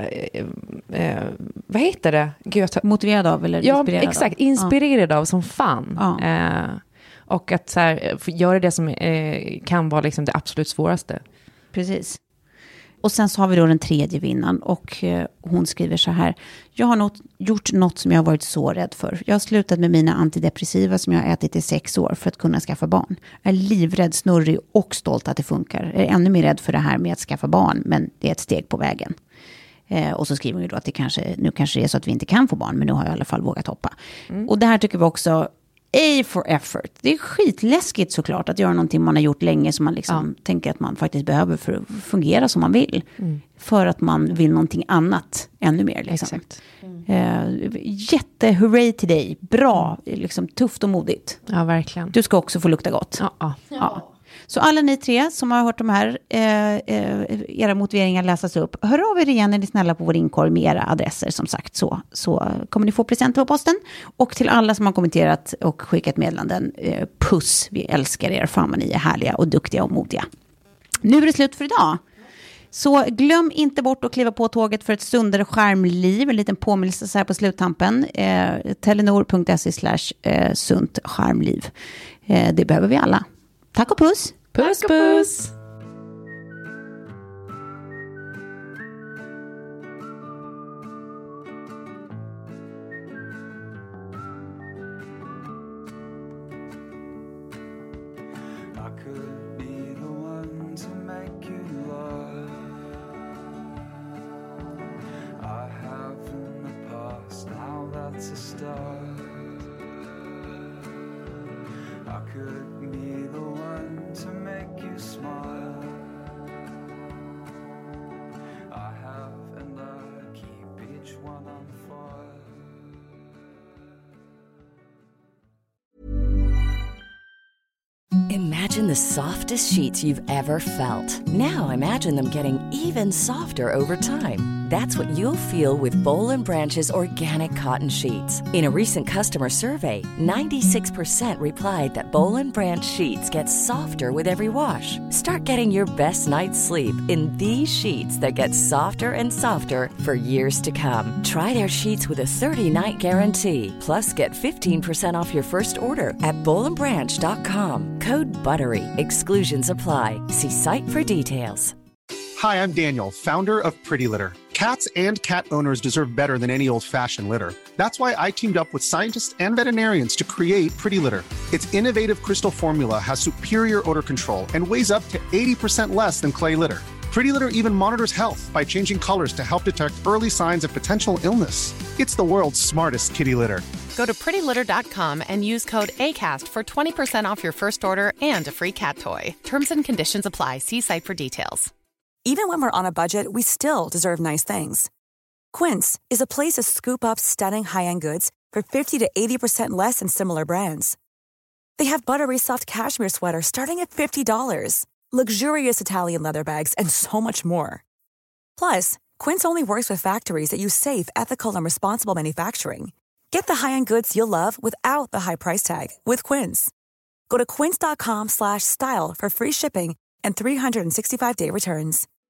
vad heter det? Motiverad av eller inspirerad av? Exakt, inspirerad av som fan. Och att så här, göra det som kan vara liksom det absolut svåraste. Precis. Och sen så har vi då den tredje vinnaren och hon skriver så här. Jag har gjort något som jag har varit så rädd för. Jag har slutat med mina antidepressiva som jag har ätit i 6 år för att kunna skaffa barn. Jag är livrädd, snurrig och stolt att det funkar. Jag är ännu mer rädd för det här med att skaffa barn, men det är ett steg på vägen. Och så skriver hon ju då att nu kanske det är så att vi inte kan få barn, men nu har jag i alla fall vågat hoppa. Och det här tycker vi också A for effort. Det är skitläskigt såklart att göra någonting man har gjort länge som man liksom tänker att man faktiskt behöver för att fungera som man vill. För att man vill någonting annat ännu mer. Liksom. Exakt. Jättehurray till dig. Bra, liksom, tufft och modigt. Ja, verkligen. Du ska också få lukta gott. Ja. Så alla ni 3 som har hört de här era motiveringar läsas upp, hör av er igen när ni snälla på vår inkorg med era adresser som sagt, så kommer ni få presenter på posten. Och till alla som har kommenterat och skickat meddelanden, puss, vi älskar er, fan vad ni är härliga och duktiga och modiga. Nu är det slut för idag. Så glöm inte bort att kliva på tåget för ett sundare skärmliv. En liten påminnelse så här på sluttampen. Telenor.se/sunt skärmliv. Det behöver vi alla. Tack och puss. Puss, puss. Imagine the softest sheets you've ever felt. Now imagine them getting even softer over time. That's what you'll feel with Boll & Branch's organic cotton sheets. In a recent customer survey, 96% replied that Boll & Branch sheets get softer with every wash. Start getting your best night's sleep in these sheets that get softer and softer for years to come. Try their sheets with a 30-night guarantee. Plus, get 15% off your first order at bollandbranch.com. Code BUTTERY. Exclusions apply. See site for details. Hi, I'm Daniel, founder of Pretty Litter. Cats and cat owners deserve better than any old-fashioned litter. That's why I teamed up with scientists and veterinarians to create Pretty Litter. Its innovative crystal formula has superior odor control and weighs up to 80% less than clay litter. Pretty Litter even monitors health by changing colors to help detect early signs of potential illness. It's the world's smartest kitty litter. Go to prettylitter.com and use code ACAST for 20% off your first order and a free cat toy. Terms and conditions apply. See site for details. Even when we're on a budget, we still deserve nice things. Quince is a place to scoop up stunning high-end goods for 50 to 80% less than similar brands. They have buttery soft cashmere sweaters starting at $50, luxurious Italian leather bags, and so much more. Plus, Quince only works with factories that use safe, ethical, and responsible manufacturing. Get the high-end goods you'll love without the high price tag with Quince. Go to quince.com/style for free shipping and 365-day returns.